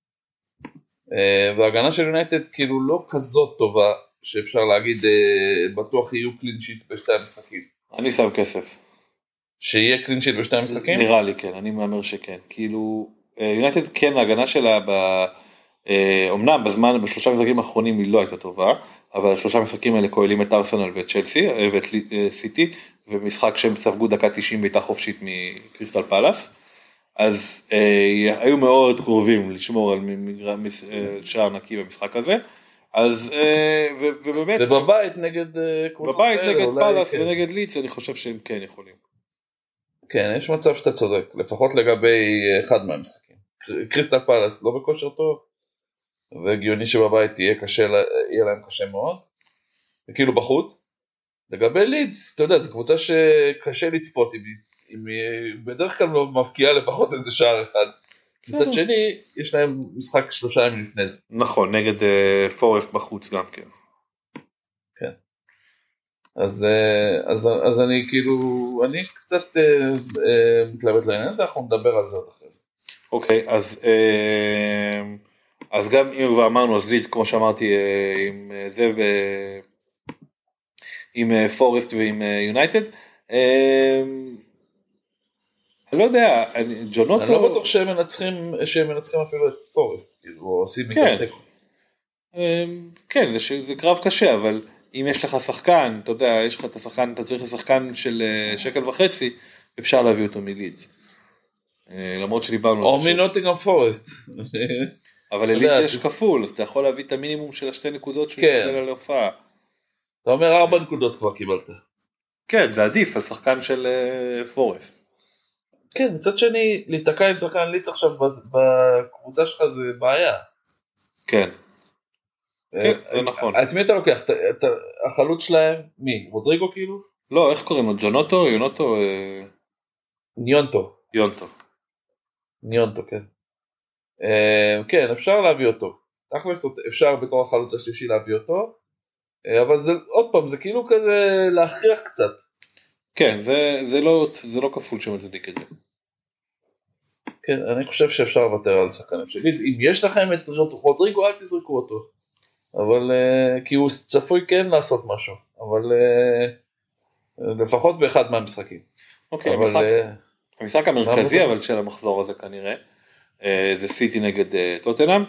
[SPEAKER 2] וההגנה של יונייטד כאילו לא כזאת טובה, שאפשר להגיד בטוח יהיו קלינשיט בשתי המשחקים.
[SPEAKER 3] אני שם כסף.
[SPEAKER 2] שיהיה קלינשיט בשתי המשחקים?
[SPEAKER 3] נראה לי כן, אני מאמר שכן. כאילו, יונייטד כן, ההגנה שלה, אומנם בשלושה משחקים האחרונים היא לא הייתה טובה, אבל השלושה משחקים האלה כוללים את ארסנל ואת צ'לסי, ואת סיטי, ובמשחק שהם ספגו דקה 90 בעיטה חופשית מקריסטל פלאס, אז היו מאוד קרובים לשמור על שער נקי במשחק הזה, אז ובאמת,
[SPEAKER 2] ובבית נגד
[SPEAKER 3] קבוצות כאלה, בבית נגד פלאס ונגד לידס, אני חושב שהם כן יכולים.
[SPEAKER 2] כן, יש מצב שאתה צודק, לפחות לגבי אחד מהמשחקים. קריסטל פלאס לא בכושר טוב, והגיוני שבבית יהיה להם קשה מאוד, וכאילו בחוץ. לגבי לידס, אתה יודע, זו קבוצה שקשה לצפות, אם היא בדרך כלל לא מבקיעה לפחות איזה שער אחד. מצד שני, יש להם משחק 3 ימים לפני זה.
[SPEAKER 3] נכון, נגד פורסט בחוץ גם כן.
[SPEAKER 2] כן. אז אני כאילו, אני קצת מתלבט לעניין הזה, אנחנו נדבר על זה עוד אחרי זה.
[SPEAKER 3] אוקיי, אז גם אם כבר אמרנו, אז לידס, כמו שאמרתי, עם זה עם פורסט ועם יונייטד, אני לא יודע, ג'ונוטו...
[SPEAKER 2] אני לא בטוח שהם מנצחים אפילו את פורסט, או עושים מתרתק.
[SPEAKER 3] כן, זה קרב קשה, אבל אם יש לך שחקן, אתה יודע, יש לך את השחקן, אתה צריך לשחקן של 1.5 שקל, אפשר להביא אותו מלידס. למרות שדיברנו...
[SPEAKER 2] או מנוטינגהאם פורסט.
[SPEAKER 3] אבל ללידס יש כפול, אז אתה יכול להביא את המינימום של 2 נקודות שהוא יקבל על ההופעה.
[SPEAKER 2] אתה אומר 4 נקודות כבר קיבלת.
[SPEAKER 3] כן, זה עדיף על שחקן של פורסט.
[SPEAKER 2] כן, מצד שני, להתקע עם שחקן ליץ עכשיו בקבוצה שלך זה בעיה.
[SPEAKER 3] כן. זה נכון.
[SPEAKER 2] את מי אתה לוקח? החלוץ שלהם, מי? רודריגו כאילו?
[SPEAKER 3] לא, איך קוראים לו? ג'ונוטו? יונוטו?
[SPEAKER 2] ניונטו, כן. כן, אפשר להביא אותו. אפשר בתור החלוץ השלישי להביא אותו, אבל זה, עוד פעם, זה כאילו כזה להכריח קצת.
[SPEAKER 3] כן, זה לא כפול שמצדיק את זה.
[SPEAKER 2] כן, אני חושב שאפשר לוותר על שחקנים של לידס. אם יש לכם את רודריגו, אל תזרקו אותו. אבל, כי הוא צפוי כן לעשות משהו. אבל, לפחות באחד מהמשחקים.
[SPEAKER 3] אוקיי, המשחק המרכזי אבל של המחזור הזה כנראה, זה סיטי נגד טוטנהאם.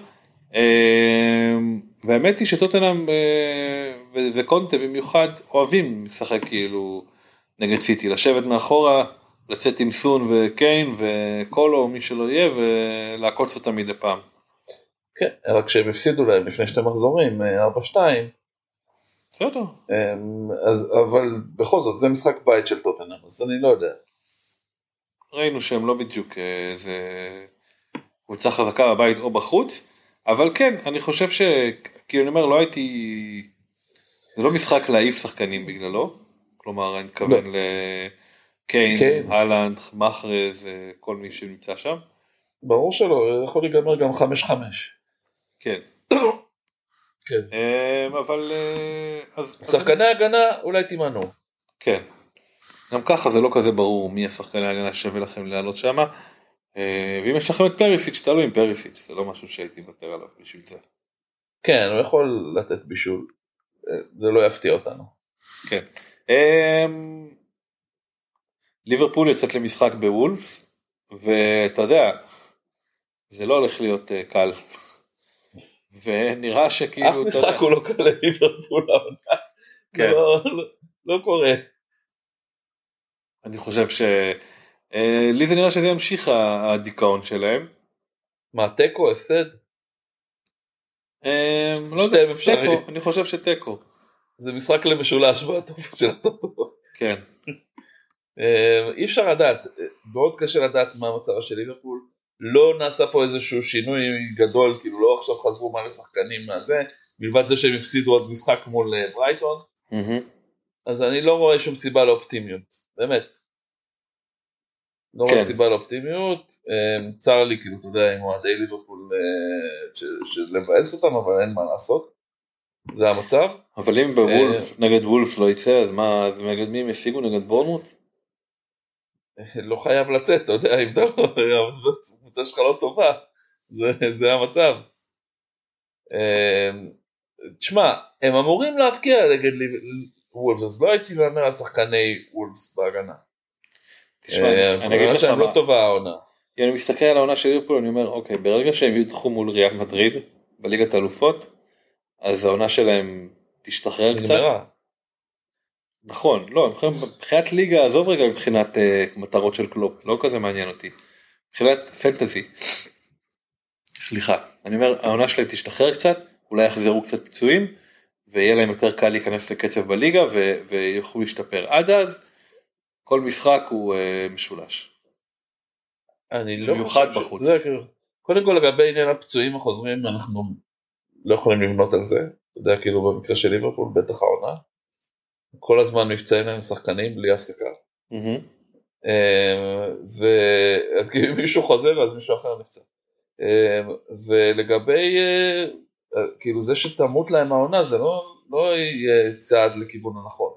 [SPEAKER 3] והאמת היא שטוטנהאם וקונטה במיוחד אוהבים לשחק כאילו נגד סיטי, לשבת מאחורה, לצאת עם סון וקיין וקולו, מי שלא יהיה, ולעקוץ אותם מדי פעם.
[SPEAKER 2] כן, רק שהם הפסידו להם לפני 2 מחזורים, 4-2.
[SPEAKER 3] בסדר.
[SPEAKER 2] אבל בכל זאת, זה משחק בית של טוטנהאם, אז אני לא יודע.
[SPEAKER 3] ראינו שהם לא בדיוק, זה קבוצה חזקה בבית או בחוץ, אבל כן, אני חושב כי אני אומר, לא הייתי, זה לא משחק להעיף שחקנים בגללו, כלומר, אני מתכוון לקיין, הלנד, מחרז, כל מי שנמצא שם.
[SPEAKER 2] ברור שלא, יכול להיגמר גם 5-5.
[SPEAKER 3] כן.
[SPEAKER 2] כן.
[SPEAKER 3] אבל...
[SPEAKER 2] שחקני הגנה אולי תימנו.
[SPEAKER 3] כן. גם ככה זה לא כזה ברור מי השחקני הגנה שווה לכם לעלות שם. ואם יש לכם את פריסיץ', תעלו עם פריסיץ', זה לא משהו שהייתי מוותר עליו בשביל זה.
[SPEAKER 2] כן, הוא יכול לתת בישול. זה לא יפתיע אותנו.
[SPEAKER 3] כן. ליברפול יוצאת למשחק בוולפס, ואתה יודע, זה לא הולך להיות קל. ונראה שכאילו...
[SPEAKER 2] אף משחק הוא לא קל לליברפול,
[SPEAKER 3] כן.
[SPEAKER 2] לא קורה.
[SPEAKER 3] אני חושב לי זה נראה שזה ימשיך הדיכאון שלהם.
[SPEAKER 2] מה, טקו, הפסד?
[SPEAKER 3] לא יודע, טקו, אני חושב שטקו.
[SPEAKER 2] זה משחק למשולש בטופס של הטוטו.
[SPEAKER 3] כן.
[SPEAKER 2] אי אפשר לדעת, מאוד קשה לדעת מה המצב של ליברפול, לא נעשה פה איזשהו שינוי גדול, כאילו לא עכשיו חזרו מה לשחקנים מהזה, מלבד זה שהם הפסידו עוד משחק מול ברייטון, אז אני לא רואה שום סיבה לאופטימיות, באמת. לא רואה סיבה לאופטימיות, צר לי, כאילו, אתה יודע, עם אוהדי ליברפול שלבאס אותם, אבל אין מה לעשות. זה המצב.
[SPEAKER 3] אבל אם בוולף, נגד וולף לא יצא, אז מה, אז נגד מי הם ישיגו? נגד בורנמות'?
[SPEAKER 2] לא חייב לצאת, אתה יודע, אם אתה לא, זאת קבוצה שלך לא טובה, זה המצב. תשמע, הם אמורים להבקיע נגד וולפס, אז לא הייתי להמר על שחקני וולפס בהגנה.
[SPEAKER 3] תשמע, אני אגיד לך
[SPEAKER 2] מה, לא טובה העונה.
[SPEAKER 3] אני מסתכל על העונה של ליברפול, אני אומר, אוקיי, ברגע שהם יודחו מול ריאל מדריד, בליגת האלופות, אז העונה שלהם תשתחרר קצת. נכון, לא, מבחינת ליגה, עזוב רגע מבחינת מטרות של קלופ, לא כזה מעניין אותי. מבחינת פנטזי, סליחה, אני אומר, העונה שלהם תשתחרר קצת, אולי יחזרו קצת פצועים, ויהיה להם יותר קל להיכנס לקצב בליגה, ויוכלו להשתפר. עד אז, כל משחק הוא משולש.
[SPEAKER 2] אני לא
[SPEAKER 3] במיוחד בחוץ.
[SPEAKER 2] קודם כל לגבי עניין הפצועים החוזרים, אנחנו לא יכולים לבנות על זה. אתה יודע, כאילו במקרה של ליברפול, בטח העונה. כל הזמן מבצעים להם שחקנים בלי הפסקה. אז כאילו מישהו חוזר, אז מישהו אחר נפצע. ולגבי, כאילו זה שתמות להם העונה, זה לא יהיה צעד לכיוון הנכון.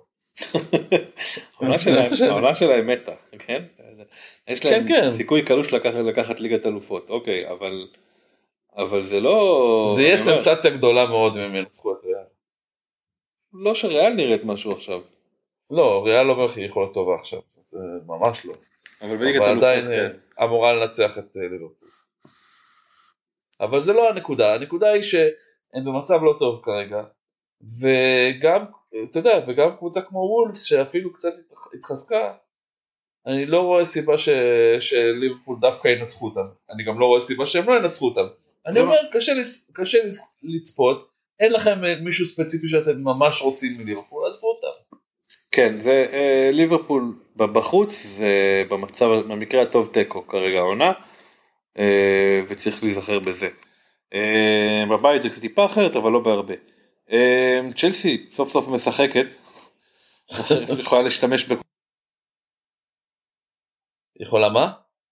[SPEAKER 3] העונה שלהם מתה, כן? יש להם סיכוי קלוש לקחת ליגת אלופות, אוקיי, אבל זה לא...
[SPEAKER 2] זה יהיה סנסציה גדולה מאוד אם הם ינצחו את ריאל.
[SPEAKER 3] לא שריאל נראית משהו עכשיו.
[SPEAKER 2] לא, ריאל לא בערך היא יכולה טובה עכשיו, ממש לא.
[SPEAKER 3] אבל
[SPEAKER 2] עדיין אמורה לנצח את ליברפול. אבל זה לא הנקודה, הנקודה היא שהם במצב לא טוב כרגע, וגם, אתה יודע, וגם קבוצה כמו וולפס שאפילו קצת התחזקה, אני לא רואה סיבה שליברפול דווקא ינצחו אותם, אני גם לא רואה סיבה שהם לא ינצחו אותם, אני אומר, קשה לצפות, אין לכם מישהו ספציפי שאתם ממש רוצים מליברפול, עזבו אותם.
[SPEAKER 3] כן, זה ליברפול בחוץ, זה במצב, במקרה הטוב טקו כרגע העונה, וצריך להיזכר בזה. בבית זה קצת טיפה אחרת, אבל לא בהרבה. צ'לסי סוף סוף משחקת, יכולה להשתמש
[SPEAKER 2] יכולה מה?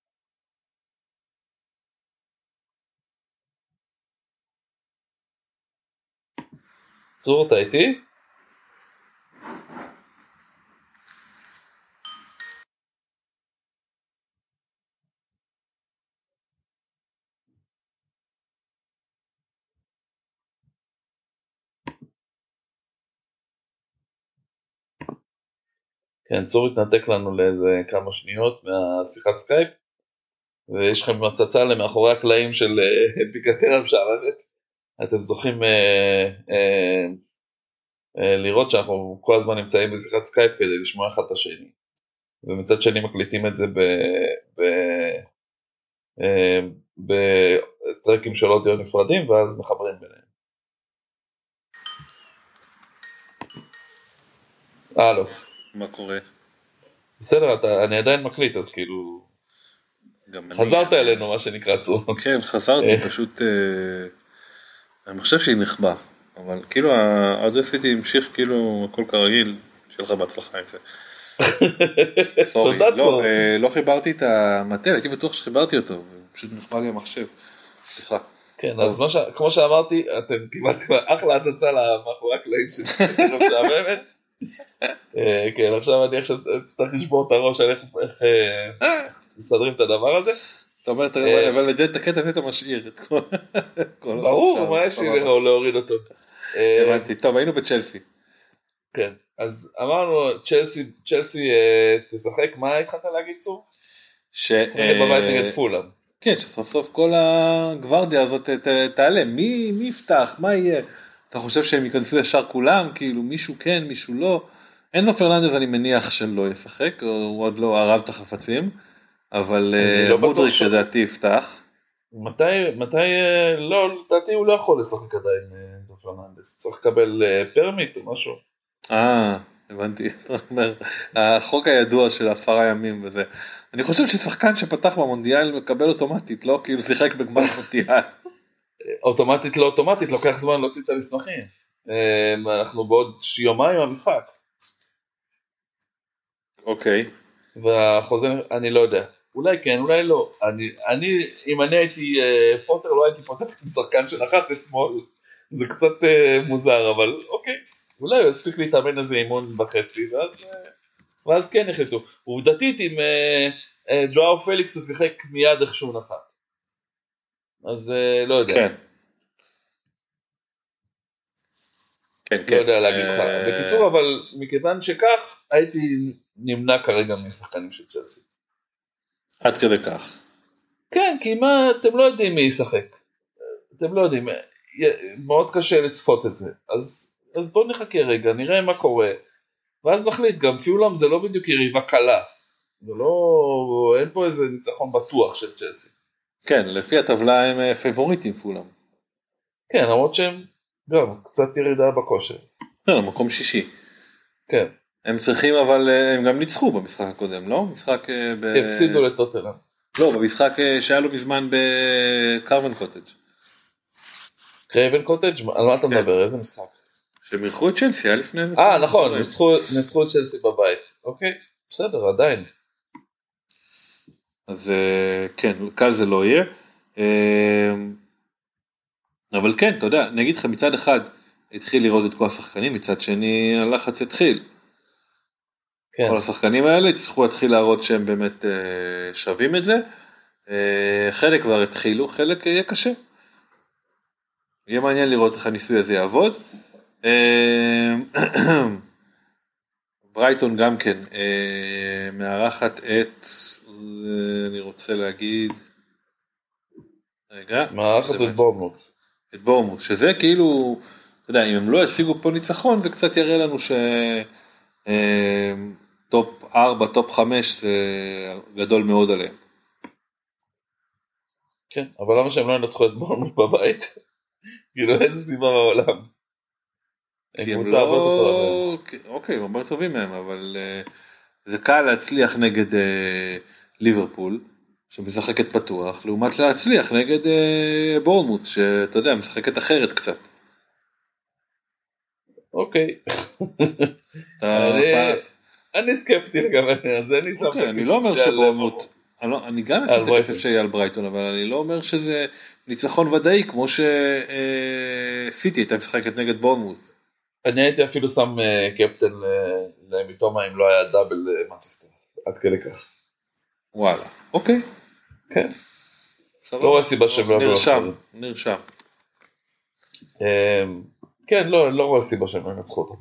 [SPEAKER 2] צור, אתה איתי? כן, צור התנתק לנו לאיזה כמה שניות מהשיחת סקייפ, ויש לכם מצצה למאחורי הקלעים של פיקטרה משעממת. אתם זוכים לראות שאנחנו כל הזמן נמצאים בשיחת סקייפ כדי לשמוע אחד את השני, ומצד שני מקליטים את זה בטרקים של אודיו נפרדים, ואז מחברים ביניהם. הלו.
[SPEAKER 3] מה קורה?
[SPEAKER 2] בסדר, אני עדיין מקליט, אז כאילו חזרת אלינו מה שנקרא צור.
[SPEAKER 3] כן, חזרתי, פשוט אני חושב שהיא נחבא, אבל כאילו האודסיטי המשיך כאילו הכל כרגיל, שיהיה לך בהצלחה עם זה.
[SPEAKER 2] תודה צור.
[SPEAKER 3] לא חיברתי את המטל, הייתי בטוח שחיברתי אותו, פשוט נחבא לי המחשב, סליחה.
[SPEAKER 2] כן, אז כמו שאמרתי, אתם קיבלתם אחלה הצצה למאחורי הקלעים של משעממת. כן, עכשיו אני צריך לשבור את הראש על איך מסדרים את הדבר הזה.
[SPEAKER 3] אתה אומר, אבל את הקטע הזה אתה משאיר את כל...
[SPEAKER 2] ברור, מה יש לי להוריד אותו?
[SPEAKER 3] הבנתי, טוב, היינו בצ'לסי.
[SPEAKER 2] כן, אז אמרנו, צ'לסי תשחק, מה התחלת להגיד צור? תשחק בבית נגד פולאם.
[SPEAKER 3] כן, שסוף סוף כל הגוורדיה הזאת תעלה, מי יפתח, מה יהיה? אתה חושב שהם ייכנסו ישר כולם, כאילו מישהו כן, מישהו לא? אנזו פרננדז אני מניח שלא ישחק, הוא עוד לא ארז את החפצים, אבל מודריק לדעתי יפתח.
[SPEAKER 2] מתי, לא, לדעתי הוא לא יכול לשחק עדיין אנזו פרננדז, צריך לקבל פרמיט או משהו.
[SPEAKER 3] הבנתי, החוק הידוע של 10 ימים וזה. אני חושב ששחקן שפתח במונדיאל מקבל אוטומטית, לא כאילו שיחק בגמר מונדיאל.
[SPEAKER 2] אוטומטית לא אוטומטית, לוקח זמן להוציא את המסמכים. אנחנו בעוד יומיים המשחק.
[SPEAKER 3] אוקיי.
[SPEAKER 2] והחוזה, אני לא יודע. אולי כן, אולי לא. אם אני הייתי פוטר, לא הייתי פותח עם שחקן שנחץ אתמול, זה קצת מוזר, אבל אוקיי, אולי הוא יספיק להתאמן איזה אימון וחצי, ואז כן יחליטו. עובדתית, עם ג'ואו פליקס הוא שיחק מיד איכשהו נחת. אז לא יודע.
[SPEAKER 3] כן. כן,
[SPEAKER 2] לא יודע להגיד לך. בקיצור, אבל מכיוון שכך, הייתי נמנע כרגע משחקנים של צ'לסי.
[SPEAKER 3] עד כדי כך.
[SPEAKER 2] כן, כי מה, אתם לא יודעים מי ישחק. אתם לא יודעים, מאוד קשה לצפות את זה. אז בואו נחכה רגע, נראה מה קורה. ואז נחליט, גם פיולאם זה לא בדיוק יריבה קלה. זה לא, אין פה איזה ניצחון בטוח של צ'לסי.
[SPEAKER 3] כן, לפי הטבלה הם פייבוריטים פיולאם.
[SPEAKER 2] כן, למרות שהם גם קצת ירידה בכושר.
[SPEAKER 3] כן, מקום שישי.
[SPEAKER 2] כן.
[SPEAKER 3] הם צריכים, אבל הם גם ניצחו במשחק הקודם, לא? משחק
[SPEAKER 2] הפסידו לטוטנהאם.
[SPEAKER 3] לא, במשחק שהיה לו מזמן בקרבן קוטג'.
[SPEAKER 2] קרבן קוטג'? על מה אתה מדבר? איזה משחק?
[SPEAKER 3] שהם אירחו את צ'לסי, היה לפני זה.
[SPEAKER 2] נכון, ניצחו את צ'לסי בבית. אוקיי, בסדר, עדיין.
[SPEAKER 3] אז כן, קל זה לא יהיה. אבל כן, אתה יודע, אני אגיד לך, מצד אחד התחיל לראות את כל השחקנים, מצד שני הלחץ התחיל.
[SPEAKER 2] כן.
[SPEAKER 3] כל השחקנים האלה צריכו להתחיל להראות שהם באמת שווים את זה. חלק כבר התחילו, חלק יהיה קשה. יהיה מעניין לראות איך הניסוי הזה יעבוד. ברייטון גם כן מארחת את, אני רוצה להגיד, רגע.
[SPEAKER 2] מארחת את בורנמות'.
[SPEAKER 3] את בורנמות', שזה כאילו, אתה יודע, אם הם לא ישיגו פה ניצחון, זה קצת יראה לנו טופ 4, טופ 5 זה גדול מאוד עליהם.
[SPEAKER 2] כן, אבל למה שהם לא ינצחו את בורנמות' בבית? כאילו איזה סיבה בעולם.
[SPEAKER 3] כי הם לא, אוקיי, הם הרבה טובים מהם, אבל זה קל להצליח נגד ליברפול, שמשחקת פתוח, לעומת להצליח נגד בורנמות', שאתה יודע, משחקת אחרת קצת.
[SPEAKER 2] אוקיי. אני סקפטי לגבי זה,
[SPEAKER 3] אני לא אומר שבורנמות', אני גם אשים את הכסף שלי על ברייטון, אבל אני לא אומר שזה ניצחון ודאי, כמו שסיטי הייתה משחקת נגד בורנמות'.
[SPEAKER 2] אני הייתי אפילו שם קפטן למיטומה אם לא היה דאבל מנצ'סטר, עד כדי כך.
[SPEAKER 3] וואלה, אוקיי.
[SPEAKER 2] כן. לא רואה סיבה שהם לא
[SPEAKER 3] נרשם.
[SPEAKER 2] כן, לא רואה סיבה שהם לא ינצחו אותו.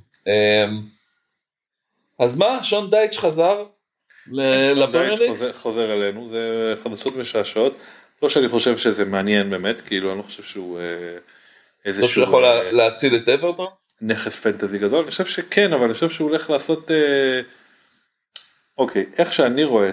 [SPEAKER 2] אז מה, שון דייץ' חזר לפרמייר ליג?
[SPEAKER 3] חוזר אלינו, זה חדשות משעשעות. לא שאני חושב שזה מעניין באמת, כאילו אני לא חושב שהוא
[SPEAKER 2] איזשהו... לא שהוא יכול להציל את אברטון?
[SPEAKER 3] נכס פנטזי גדול, אני חושב שכן, אבל אני חושב שהוא הולך לעשות, אוקיי, איך שאני רואה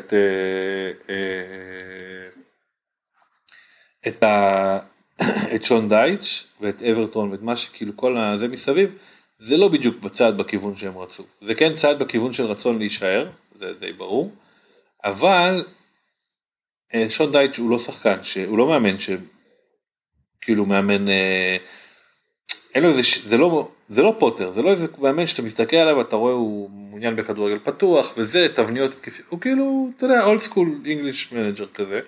[SPEAKER 3] את שון דייץ' ואת אברטון ואת מה שכאילו כל זה מסביב, זה לא בדיוק בצעד בכיוון שהם רצו, זה כן צעד בכיוון של רצון להישאר, זה די ברור, אבל שון דייץ' הוא לא שחקן, הוא לא מאמן שכאילו מאמן, אין לו איזה, זה לא פוטר, זה לא איזה מאמן שאתה מסתכל עליו ואתה רואה הוא מעוניין בכדורגל פתוח וזה תבניות התקפיות, הוא כאילו, אתה יודע, אולד סקול אינגליש מנג'ר כזה,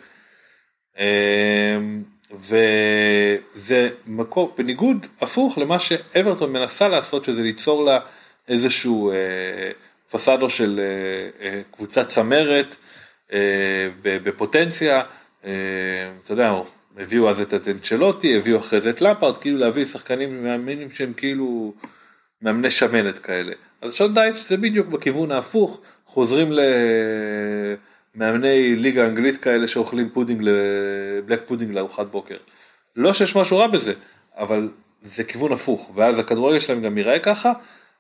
[SPEAKER 3] וזה מקור בניגוד הפוך למה שאברטון מנסה לעשות, שזה ליצור לה איזשהו פסאדו של קבוצת צמרת בפוטנציה, אתה יודע, הביאו אז את אנצ'לוטי, הביאו אחרי זה את למפרד, כאילו להביא שחקנים מאמינים שהם כאילו מאמני שמנת כאלה. אז שון דייץ' זה בדיוק בכיוון ההפוך, חוזרים למאמני ליגה אנגלית כאלה שאוכלים פודינג, בלק פודינג לארוחת בוקר. לא שיש משהו רע בזה, אבל זה כיוון הפוך, ואז הכדורגל שלהם גם יראה ככה,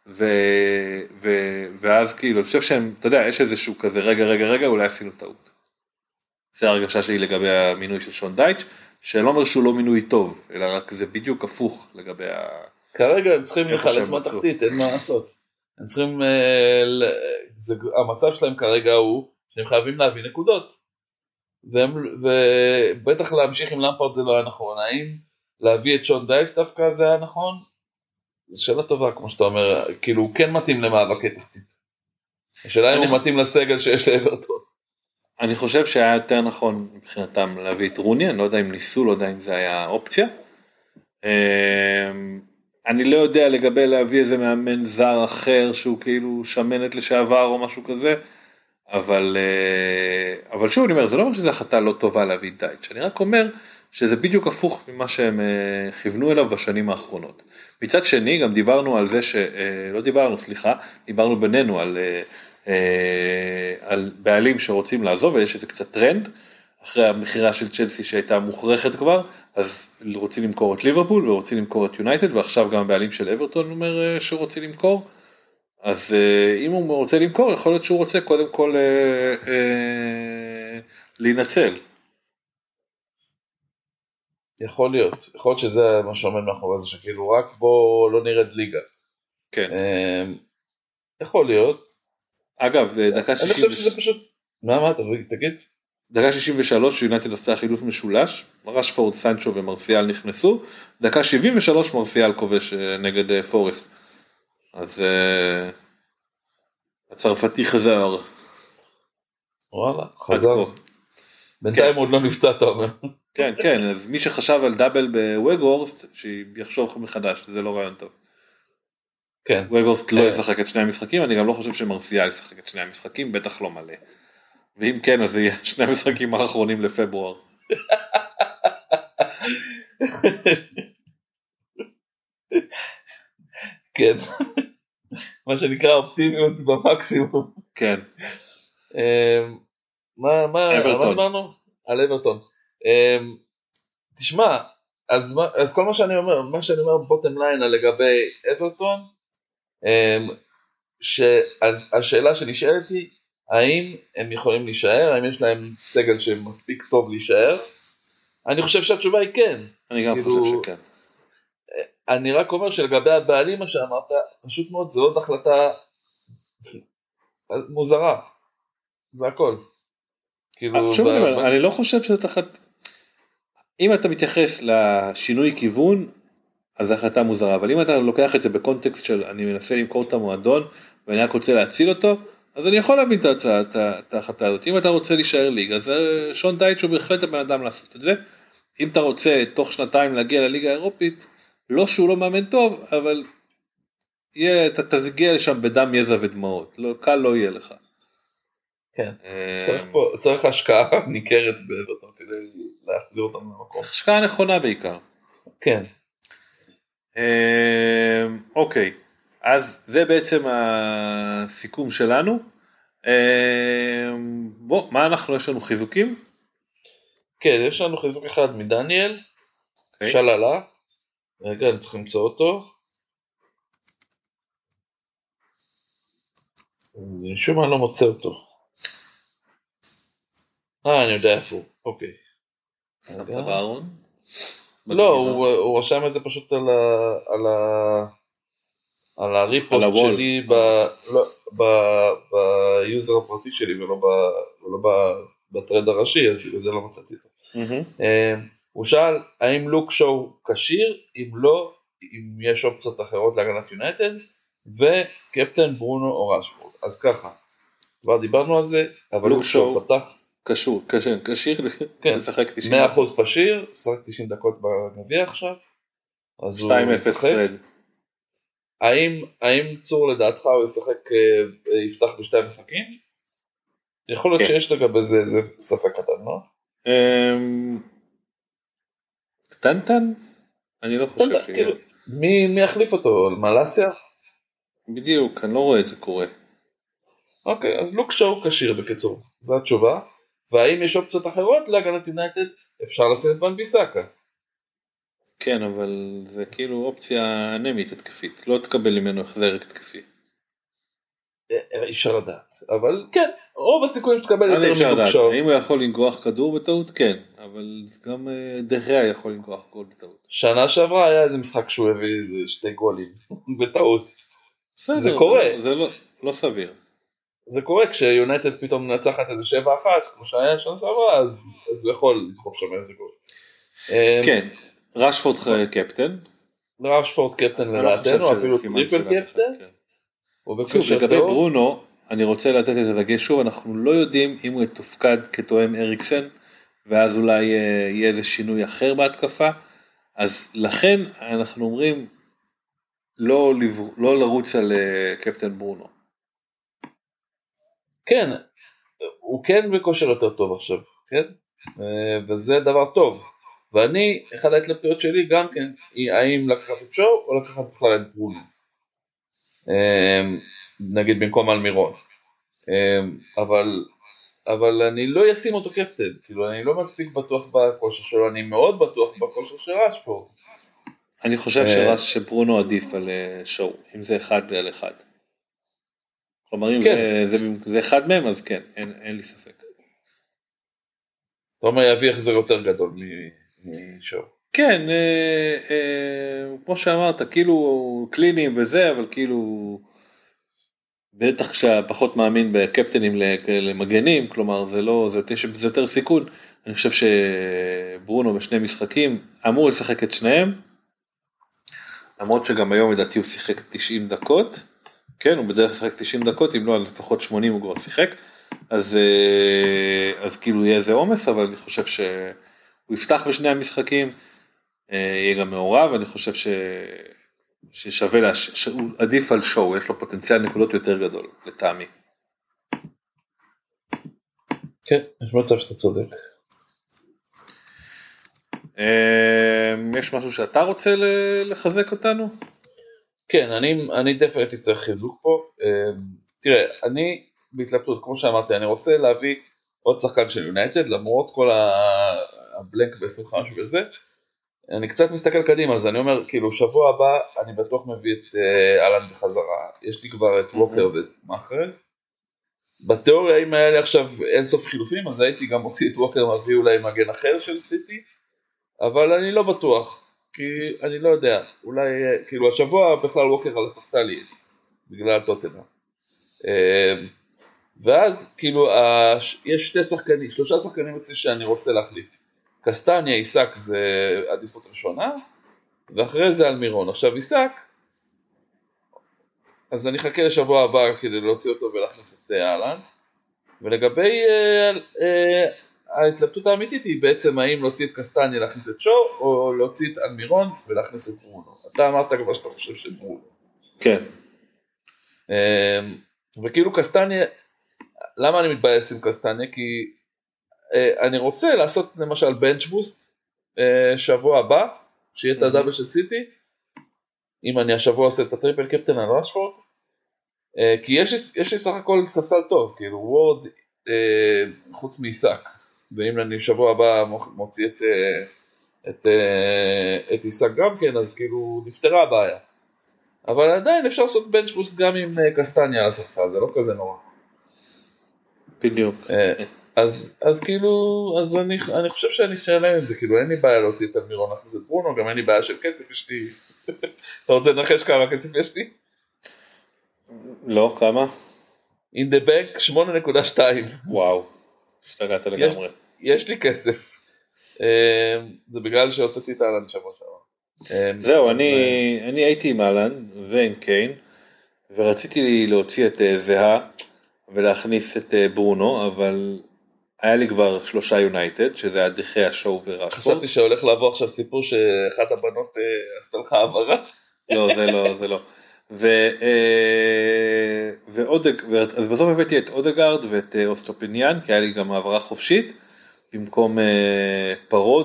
[SPEAKER 3] ואז כאילו, אני חושב שהם, אתה יודע, יש איזשהו כזה, רגע, אולי עשינו טעות. זה הרגשה שלי לגבי המינוי של שון דייץ', שלא אומר שהוא לא מינוי טוב, אלא רק זה בדיוק הפוך לגבי
[SPEAKER 2] כרגע הם צריכים לחלץ מהתחתית, אין מה לעשות. הם צריכים, המצב שלהם כרגע הוא, שהם חייבים להביא נקודות. ובטח להמשיך עם למפרד זה לא היה נכון. האם להביא את שון דייץ' דווקא זה היה נכון? זו שאלה טובה, כמו שאתה אומר, כאילו הוא כן מתאים למאבקי תחתית. השאלה אם הוא מתאים לסגל שיש לאברטון.
[SPEAKER 3] אני חושב שהיה יותר נכון מבחינתם להביא את רוני, אני לא יודע אם ניסו, לא יודע אם זה היה אופציה, אני לא יודע לגבי להביא איזה מאמן זר אחר שהוא כאילו שמנת לשעבר או משהו כזה, אבל שוב אני אומר, זה לא אומר שזו החלטה לא טובה להביא דייץ', אני רק אומר שזה בדיוק הפוך ממה שהם כיוונו אליו בשנים האחרונות. מצד שני גם דיברנו על זה לא דיברנו, סליחה, דיברנו בינינו על בעלים שרוצים לעזוב, ויש איזה קצת טרנד, אחרי המחירה של צ'לסי שהייתה מוכרחת כבר, אז רוצים למכור את ליברפול ורוצים למכור את יונייטד, ועכשיו גם הבעלים של אברטון אומר שרוצים למכור, אז אם הוא רוצה למכור, יכול להיות שהוא רוצה קודם כל להינצל.
[SPEAKER 2] יכול להיות שזה מה שעומד מאחורי זה, שכאילו רק בוא לא נרד ליגה.
[SPEAKER 3] כן.
[SPEAKER 2] יכול להיות.
[SPEAKER 3] אגב, דקה 60...
[SPEAKER 2] אני חושב שזה פשוט... מה, תגיד?
[SPEAKER 3] דקה 63, יונייטד עושה חילוף משולש, רשפורד, סנצ'ו ומרסיאל נכנסו, דקה 73 מרסיאל כובש נגד פורסט. אז הצרפתי חזר.
[SPEAKER 2] וואלה, חזר. בינתיים עוד לא נפצע, אתה אומר.
[SPEAKER 3] כן, כן, אז מי שחשב על דאבל בווגורסט, שיחשוב מחדש, זה לא רעיון טוב.
[SPEAKER 2] כן.
[SPEAKER 3] ווגורסט לא ישחק את שני המשחקים, אני גם לא חושב שמרסיאל ישחק את שני המשחקים, בטח לא מלא. ואם כן, אז זה יהיה שני המשחקים האחרונים לפברואר.
[SPEAKER 2] כן. מה שנקרא אופטימיות במקסימום.
[SPEAKER 3] כן.
[SPEAKER 2] מה אמרנו? על אברטון. תשמע, אז כל מה שאני אומר בוטם ליין לגבי אברטון, שהשאלה שנשאלת היא, האם הם יכולים להישאר, האם יש להם סגל שמספיק טוב להישאר? אני חושב שהתשובה היא כן.
[SPEAKER 3] אני גם חושב שכן.
[SPEAKER 2] אני רק אומר שלגבי הבעלים, מה שאמרת, פשוט מאוד, זו עוד החלטה מוזרה. זה הכל.
[SPEAKER 3] אני לא חושב שזה תחת... אם אתה מתייחס לשינוי כיוון, אז זו החלטה מוזרה, אבל אם אתה לוקח את זה בקונטקסט של אני מנסה למכור את המועדון, ואני רק רוצה להציל אותו, אז אני יכול להבין את ההחלטה הזאת. אם אתה רוצה להישאר ליגה, אז שון דייץ' הוא בהחלט הבן אדם לעשות את זה. אם אתה רוצה תוך שנתיים להגיע לליגה האירופית, לא שהוא לא מאמן טוב, אבל אתה תגיע לשם בדם, יזע ודמעות. קל לא יהיה לך.
[SPEAKER 2] כן, צריך השקעה ניכרת באברטון כדי להחזיר אותם למקום.
[SPEAKER 3] השקעה נכונה בעיקר.
[SPEAKER 2] כן.
[SPEAKER 3] אוקיי, אז זה בעצם הסיכום שלנו. בוא, מה יש לנו חיזוקים?
[SPEAKER 2] כן, יש לנו חיזוק אחד מדניאל, שללה. רגע, אני צריך למצוא אותו. שום מה לא מוצא אותו. אני יודע איפה הוא, אוקיי.
[SPEAKER 3] שמת בארון?
[SPEAKER 2] לא, הוא רשם את זה פשוט על הריפוסט שלי ביוזר הפרטי שלי ולא בטרד הראשי, אז בגלל זה לא מצאתי אותו. הוא שאל האם לוק שואו כשיר, אם לא, אם יש אופציות אחרות להגנת יונייטד, וקפטן ברונו או רשפורד. אז ככה, כבר דיברנו על זה, אבל לוק שואו פתח
[SPEAKER 3] כשיר, לשחק 90
[SPEAKER 2] 100% כשיר, שחק 90 דקות בגביע עכשיו,
[SPEAKER 3] 2-0 פרד.
[SPEAKER 2] האם צור לדעתך הוא יפתח בשתי משחקים? יכול להיות שיש לגבי זה ספק קטן, לא?
[SPEAKER 3] קטנטן? אני לא חושב שיהיה.
[SPEAKER 2] מי יחליף אותו? מלאסיה?
[SPEAKER 3] בדיוק, אני לא רואה את זה קורה.
[SPEAKER 2] אוקיי, אז לוק שואו כשיר בקיצור, זו התשובה. והאם יש אופציות אחרות להגנת יונייטד? אפשר לשים את ון ביסאקה.
[SPEAKER 3] כן, אבל זה כאילו אופציה אנמית התקפית, לא תקבל ממנו החזר התקפי.
[SPEAKER 2] אי אפשר לדעת, אבל כן, רוב הסיכויים שתקבל יותר מלוק שואו.
[SPEAKER 3] האם הוא יכול לנגוח כדור בטעות? כן, אבל גם דריה יכול לנגוח גול בטעות.
[SPEAKER 2] שנה שעברה היה איזה משחק שהוא הביא 2 גולים בטעות.
[SPEAKER 3] בסדר,
[SPEAKER 2] זה קורה.
[SPEAKER 3] זה לא סביר.
[SPEAKER 2] זה קורה כשיונייטד פתאום מנצחת איזה 7-1, כמו שהיה שנה שעברה, אז הוא יכול לדחוף שם איזה גול.
[SPEAKER 3] כן, רשפורד קפטן.
[SPEAKER 2] רשפורד קפטן לדעתנו, אפילו טריפל קפטן.
[SPEAKER 3] שוב, לגבי ברונו, אני רוצה לתת את הדגש שוב, אנחנו לא יודעים אם הוא יתופקד כתואם אריקסן, ואז אולי יהיה איזה שינוי אחר בהתקפה. אז לכן אנחנו אומרים לא לרוץ על קפטן ברונו.
[SPEAKER 2] כן, הוא כן בכושר יותר טוב עכשיו, כן? וזה דבר טוב. ואני, אחד ההתלבטויות שלי גם כן, היא האם לקחת את שואו או לקחת בכלל את ברונו. נגיד במקום אלמירון. אבל אני לא אשים אותו קפטן, כאילו אני לא מספיק בטוח בכושר שלו, אני מאוד בטוח בכושר של ראשפורד.
[SPEAKER 3] אני חושב שברונו עדיף על שואו, אם זה אחד על אחד. כלומר אם זה אחד מהם אז כן, אין לי ספק.
[SPEAKER 2] אתה אומר יביא החזר יותר גדול משואו.
[SPEAKER 3] כן, כמו שאמרת, כאילו קלינים וזה, אבל כאילו בטח שהפחות מאמין בקפטנים למגנים, כלומר זה יותר סיכון. אני חושב שברונו בשני משחקים אמור לשחק את שניהם, למרות שגם היום לדעתי הוא שיחק 90 דקות, כן, הוא בדרך לשחק 90 דקות, אם לא לפחות 80 הוא כבר שיחק, אז כאילו יהיה איזה עומס, אבל אני חושב שהוא יפתח בשני המשחקים, יהיה גם מעורב, אני חושב ששווה, שהוא עדיף על שואו, יש לו פוטנציאל נקודות יותר גדול, לטעמי.
[SPEAKER 2] כן, יש מצב שאתה צודק.
[SPEAKER 3] יש משהו שאתה רוצה לחזק אותנו?
[SPEAKER 2] כן, אני דפנטי צריך חיזוק פה. תראה, אני בהתלבטות, כמו שאמרתי, אני רוצה להביא עוד שחקן של יונייטד, למרות כל הבלנק ב-25 וזה, אני קצת מסתכל קדימה, אז אני אומר, כאילו, שבוע הבא אני בטוח מביא את אלן בחזרה, יש לי כבר את ווקר ואת מאחרז, בתיאוריה אם היה לי עכשיו אין סוף חילופים, אז הייתי גם מוציא את ווקר, מביא אולי מגן אחר של סיטי, אבל אני לא בטוח, כי אני לא יודע, אולי, כאילו, השבוע בכלל ווקר על הספסל יהיה, בגלל טוטנהאם. ואז, כאילו, יש שלושה שחקנים אצלי שאני רוצה להחליף. קסטניה, איסק זה עדיפות ראשונה, ואחרי זה אלמירון. עכשיו איסק, אז אני חכה לשבוע הבא כדי להוציא אותו ולהכניס את אלן, ולגבי ההתלבטות האמיתית היא בעצם האם להוציא את קסטניה להכניס את שואו, או להוציא את אלמירון ולהכניס את ברונו. אתה אמרת כבר שאתה חושב שברונו.
[SPEAKER 3] כן.
[SPEAKER 2] וכאילו קסטניה, למה אני מתבאס עם קסטניה? כי אני רוצה לעשות למשל בנץ' בוסט שבוע הבא, שיהיה את הדאבל של סיטי, אם אני השבוע עושה את הטריפל קפטן על ראשפורד, כי יש לי סך הכל ספסל טוב, כאילו וורד חוץ מאיסק, ואם אני שבוע הבא מוציא את איסק גם כן, אז כאילו נפתרה הבעיה. אבל עדיין אפשר לעשות בנץ' בוסט גם עם קסטניה על הספסל, זה לא כזה נורא.
[SPEAKER 3] בדיוק.
[SPEAKER 2] אז כאילו, אז אני חושב שאני שלם עם זה, כאילו אין לי בעיה להוציא את אלמירון להכניס את ברונו, גם אין לי בעיה של כסף, יש לי, אתה רוצה לנחש כמה כסף יש לי?
[SPEAKER 3] לא, כמה?
[SPEAKER 2] In the bank 8.2.
[SPEAKER 3] וואו, השתגעת לגמרי.
[SPEAKER 2] יש לי כסף, זה בגלל שהוצאתי את אלן שבוע שעבר.
[SPEAKER 3] זהו, אני הייתי עם אלן ועם קיין, ורציתי להוציא את זהה, ולהכניס את ברונו, אבל היה לי כבר 3 יונייטד, שזה היה דחי השואו וראשפורד.
[SPEAKER 2] חשבתי שהולך לעבור עכשיו סיפור שאחת הבנות עשתה לך העברה.
[SPEAKER 3] לא, זה לא. אז בסוף הבאתי את אודגרד ואת אוסטופיניאן, כי היה לי גם העברה חופשית, במקום פרוד,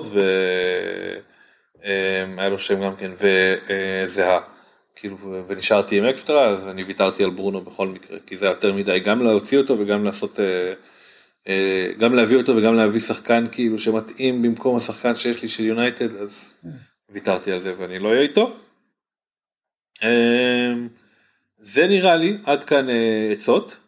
[SPEAKER 3] היה לו שם גם כן, וזהה. כאילו, ונשארתי עם אקסטרה, אז אני ויתרתי על ברונו בכל מקרה, כי זה יותר מדי, גם להוציא אותו וגם לעשות, גם להביא אותו וגם להביא שחקן כאילו שמתאים במקום השחקן שיש לי של יונייטד, אז ויתרתי על זה ואני לא אהיה איתו. זה נראה לי, עד כאן עצות.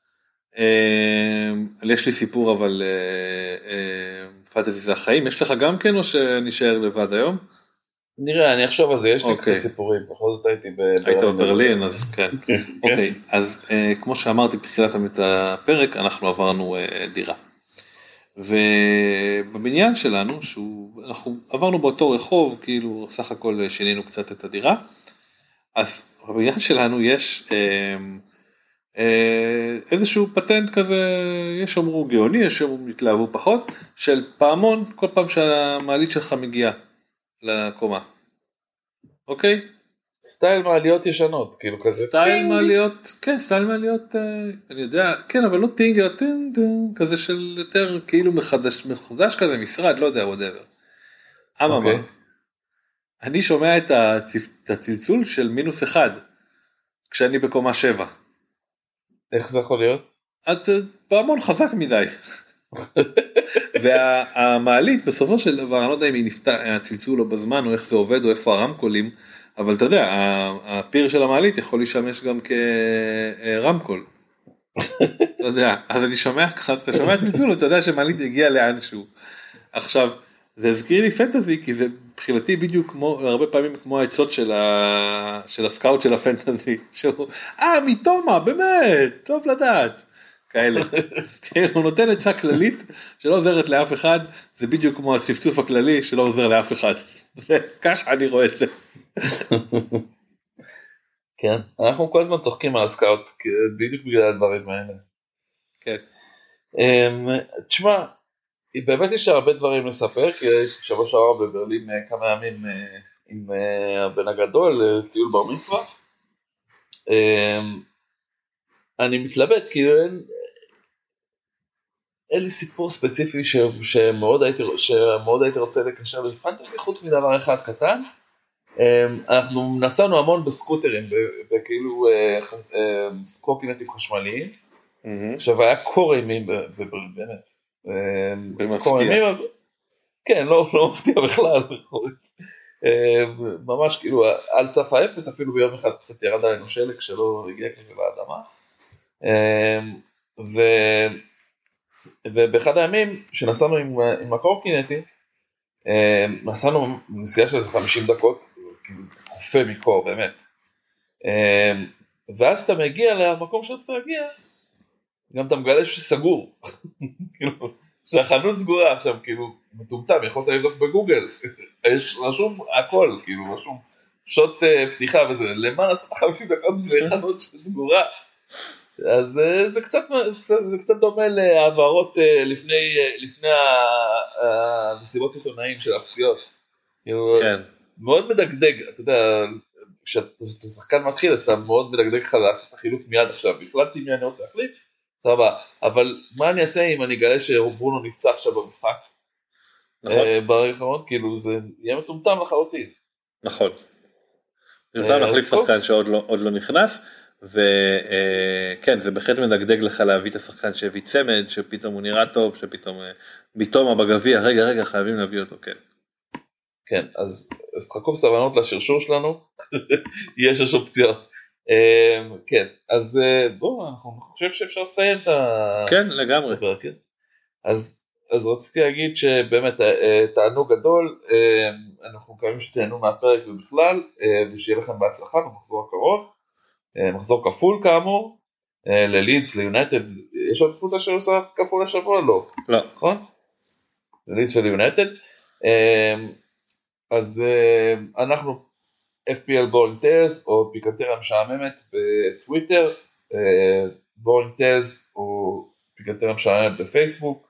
[SPEAKER 3] יש לי סיפור, אבל פנטזי זה החיים, יש לך גם כן או שנשאר לבד היום?
[SPEAKER 2] נראה, אני אחשוב על זה, יש לי קצת סיפורים, בכל זאת הייתי
[SPEAKER 3] בברלין, אז כן. אוקיי, אז כמו שאמרתי בתחילת הפרק, אנחנו עברנו דירה. ובבניין שלנו, אנחנו עברנו באותו רחוב, כאילו סך הכל שינינו קצת את הדירה, אז בבניין שלנו יש איזשהו פטנט כזה, יש אמרו גאוני, יש אמרו התלהבו פחות, של פעמון כל פעם שהמעלית שלך מגיעה לקומה. אוקיי?
[SPEAKER 2] סטייל מעליות ישנות, כאילו כזה.
[SPEAKER 3] סטייל מעליות, כן, סטייל מעליות, אני יודע, כן, אבל לא טינגר, כזה של יותר כאילו מחודש כזה, משרד, לא יודע, whatever. אממה, אני שומע את הצלצול של -1, כשאני בקומה 7.
[SPEAKER 2] איך זה יכול להיות?
[SPEAKER 3] את פעמון חזק מדי. והמעלית בסופו של דבר, אני לא יודע אם היא הצלצול או בזמן, או איך זה עובד, או איפה הרמקולים, אבל אתה יודע, הפיר של המעלית יכול לשמש גם כרמקול. אתה יודע, אז אני שומע ככה, אתה שומע צלצול, אתה יודע שמעלית הגיע לאנשהו. עכשיו, זה הזכיר לי פנטזי, כי זה מבחינתי בדיוק כמו, הרבה פעמים כמו העצות של הסקאוט של הפנטזי, שהוא, מתומה, באמת, טוב לדעת. כאלה. הוא נותן עצה כללית שלא עוזרת לאף אחד, זה בדיוק כמו הצפצוף הכללי שלא עוזר לאף אחד. זה ככה אני רואה את זה.
[SPEAKER 2] כן, אנחנו כל הזמן צוחקים על הסקאוט, בדיוק בגלל הדברים האלה.
[SPEAKER 3] כן.
[SPEAKER 2] תשמע, באמת יש הרבה דברים לספר, כי שבוע שעבר בברלין כמה ימים עם הבן הגדול, טיול בר מצווה. אני מתלבט, כאילו אין לי סיפור ספציפי שמאוד הייתי רוצה לקשר לפנטזי, חוץ מדבר אחד קטן. אנחנו נסענו המון בסקוטרים, וכאילו קורקינטים חשמליים. עכשיו היה קור אימים בברלין, באמת.
[SPEAKER 3] במפתיע.
[SPEAKER 2] כן, לא מפתיע בכלל. ממש כאילו על סף האפס, אפילו ביום אחד קצת ירד עלינו שלג שלא הגיע כזה לאדמה. ובאחד הימים שנסענו עם הקורקינטים, נסענו נסיעה של איזה 50 דקות, כאילו קופה מקור באמת. ואז אתה מגיע למקום שאתה מגיע, גם אתה מגלה שסגור, שהחנות סגורה עכשיו, כאילו מטומטם, יכולת לבדוק בגוגל, יש רשום הכל, כאילו רשום שוט פתיחה וזה, למה נסעת 50 דקות בחנות שסגורה? אז זה קצת דומה להעברות לפני הנסיבות עיתונאים של הפציעות.
[SPEAKER 3] כן.
[SPEAKER 2] מאוד מדגדג, אתה יודע, כשאתה שחקן מתחיל, אתה מאוד מדגדג לך לעשות את החילוף מיד עכשיו. החלטתי מי אני רוצה להחליף, סבבה. אבל מה אני אעשה אם אני אגלה שברונו נפצע עכשיו במשחק? נכון. ברגע האחרון, כאילו זה יהיה מטומטם לחלוטין.
[SPEAKER 3] נכון. מטומטם להחליף שחקן שעוד לא נכנס. וכן, זה בהחלט מדגדג לך להביא את השחקן שהביא צמד, שפתאום הוא נראה טוב, שפתאום מתומה בגביע, רגע, חייבים להביא אותו, כן.
[SPEAKER 2] כן, אז תחכו בסבלנות לשרשור שלנו, יש שרשור פציעות. כן, אז בואו, אני חושב שאפשר לסיים את ה...
[SPEAKER 3] כן, לגמרי.
[SPEAKER 2] אז רציתי להגיד שבאמת תענוג גדול, אנחנו מקווים שתהנו מהפרק ובכלל, ושיהיה לכם בהצלחה במחזור הקרוב. מחזור כפול כאמור, ללידס, ליונייטד, יש עוד קבוצה שעושה כפול לשבוע? לא. נכון? ללידס וליונייטד. אז אנחנו FPL Boring Tales או פיקנטריה משעממת בטוויטר, Boring Tales או פיקנטריה משעממת בפייסבוק,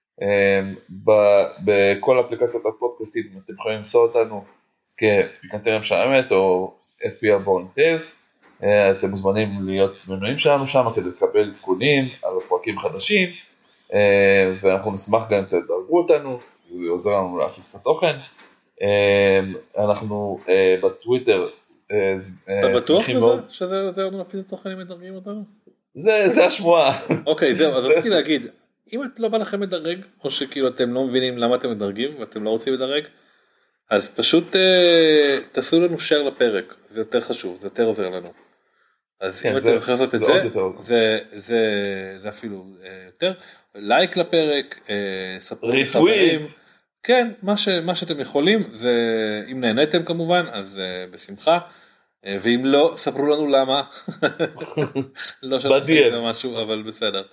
[SPEAKER 2] בכל אפליקציות הפודקאסטים אתם יכולים למצוא אותנו כפיקנטריה משעממת או FPL Boring Tales. אתם מוזמנים להיות מנויים שלנו שם כדי לקבל עדכונים על פרקים חדשים, ואנחנו נשמח גם אם תדרגו אותנו, זה עוזר לנו להפיץ את התוכן. אנחנו בטוויטר
[SPEAKER 3] אתה בטוח בזה שזה עוזר לנו להפיץ את התוכן אם מדרגים אותנו?
[SPEAKER 2] זה השמועה.
[SPEAKER 3] אוקיי, זהו, אז רציתי להגיד, אם את לא בא לכם לדרג, או שכאילו אתם לא מבינים למה אתם מדרגים ואתם לא רוצים לדרג, אז פשוט תעשו לנו share לפרק, זה יותר חשוב, זה יותר עוזר לנו. אז אם אתם יכולים לעשות את זה אפילו יותר, לייק לפרק, ספרו לחברים, כן, מה שאתם יכולים, אם נהניתם כמובן, אז בשמחה, ואם לא, ספרו לנו למה, לא שעשיתם משהו, אבל בסדר.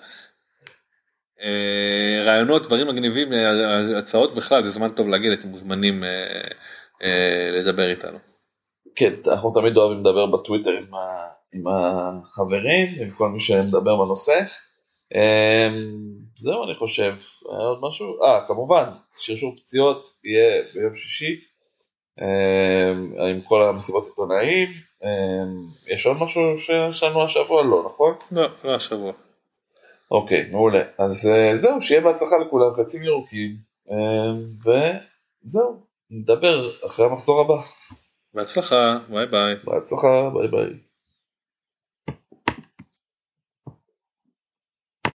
[SPEAKER 3] רעיונות, דברים מגניבים, הצעות בכלל, זה זמן טוב להגיד, אתם מוזמנים לדבר איתנו.
[SPEAKER 2] כן, אנחנו תמיד אוהבים לדבר בטוויטר עם החברים, עם כל מי שמדבר בנושא. זהו, אני חושב. עוד משהו? כמובן, שרשור פציעות יהיה ביום שישי. עם כל המסיבות עיתונאים. יש עוד משהו שיש לנו השבוע? לא, נכון?
[SPEAKER 3] לא השבוע.
[SPEAKER 2] אוקיי, מעולה. אז זהו, שיהיה בהצלחה לכולם, חצים ירוקים, וזהו, נדבר אחרי המחזור הבא.
[SPEAKER 3] בהצלחה, ביי ביי.
[SPEAKER 2] בהצלחה, ביי ביי.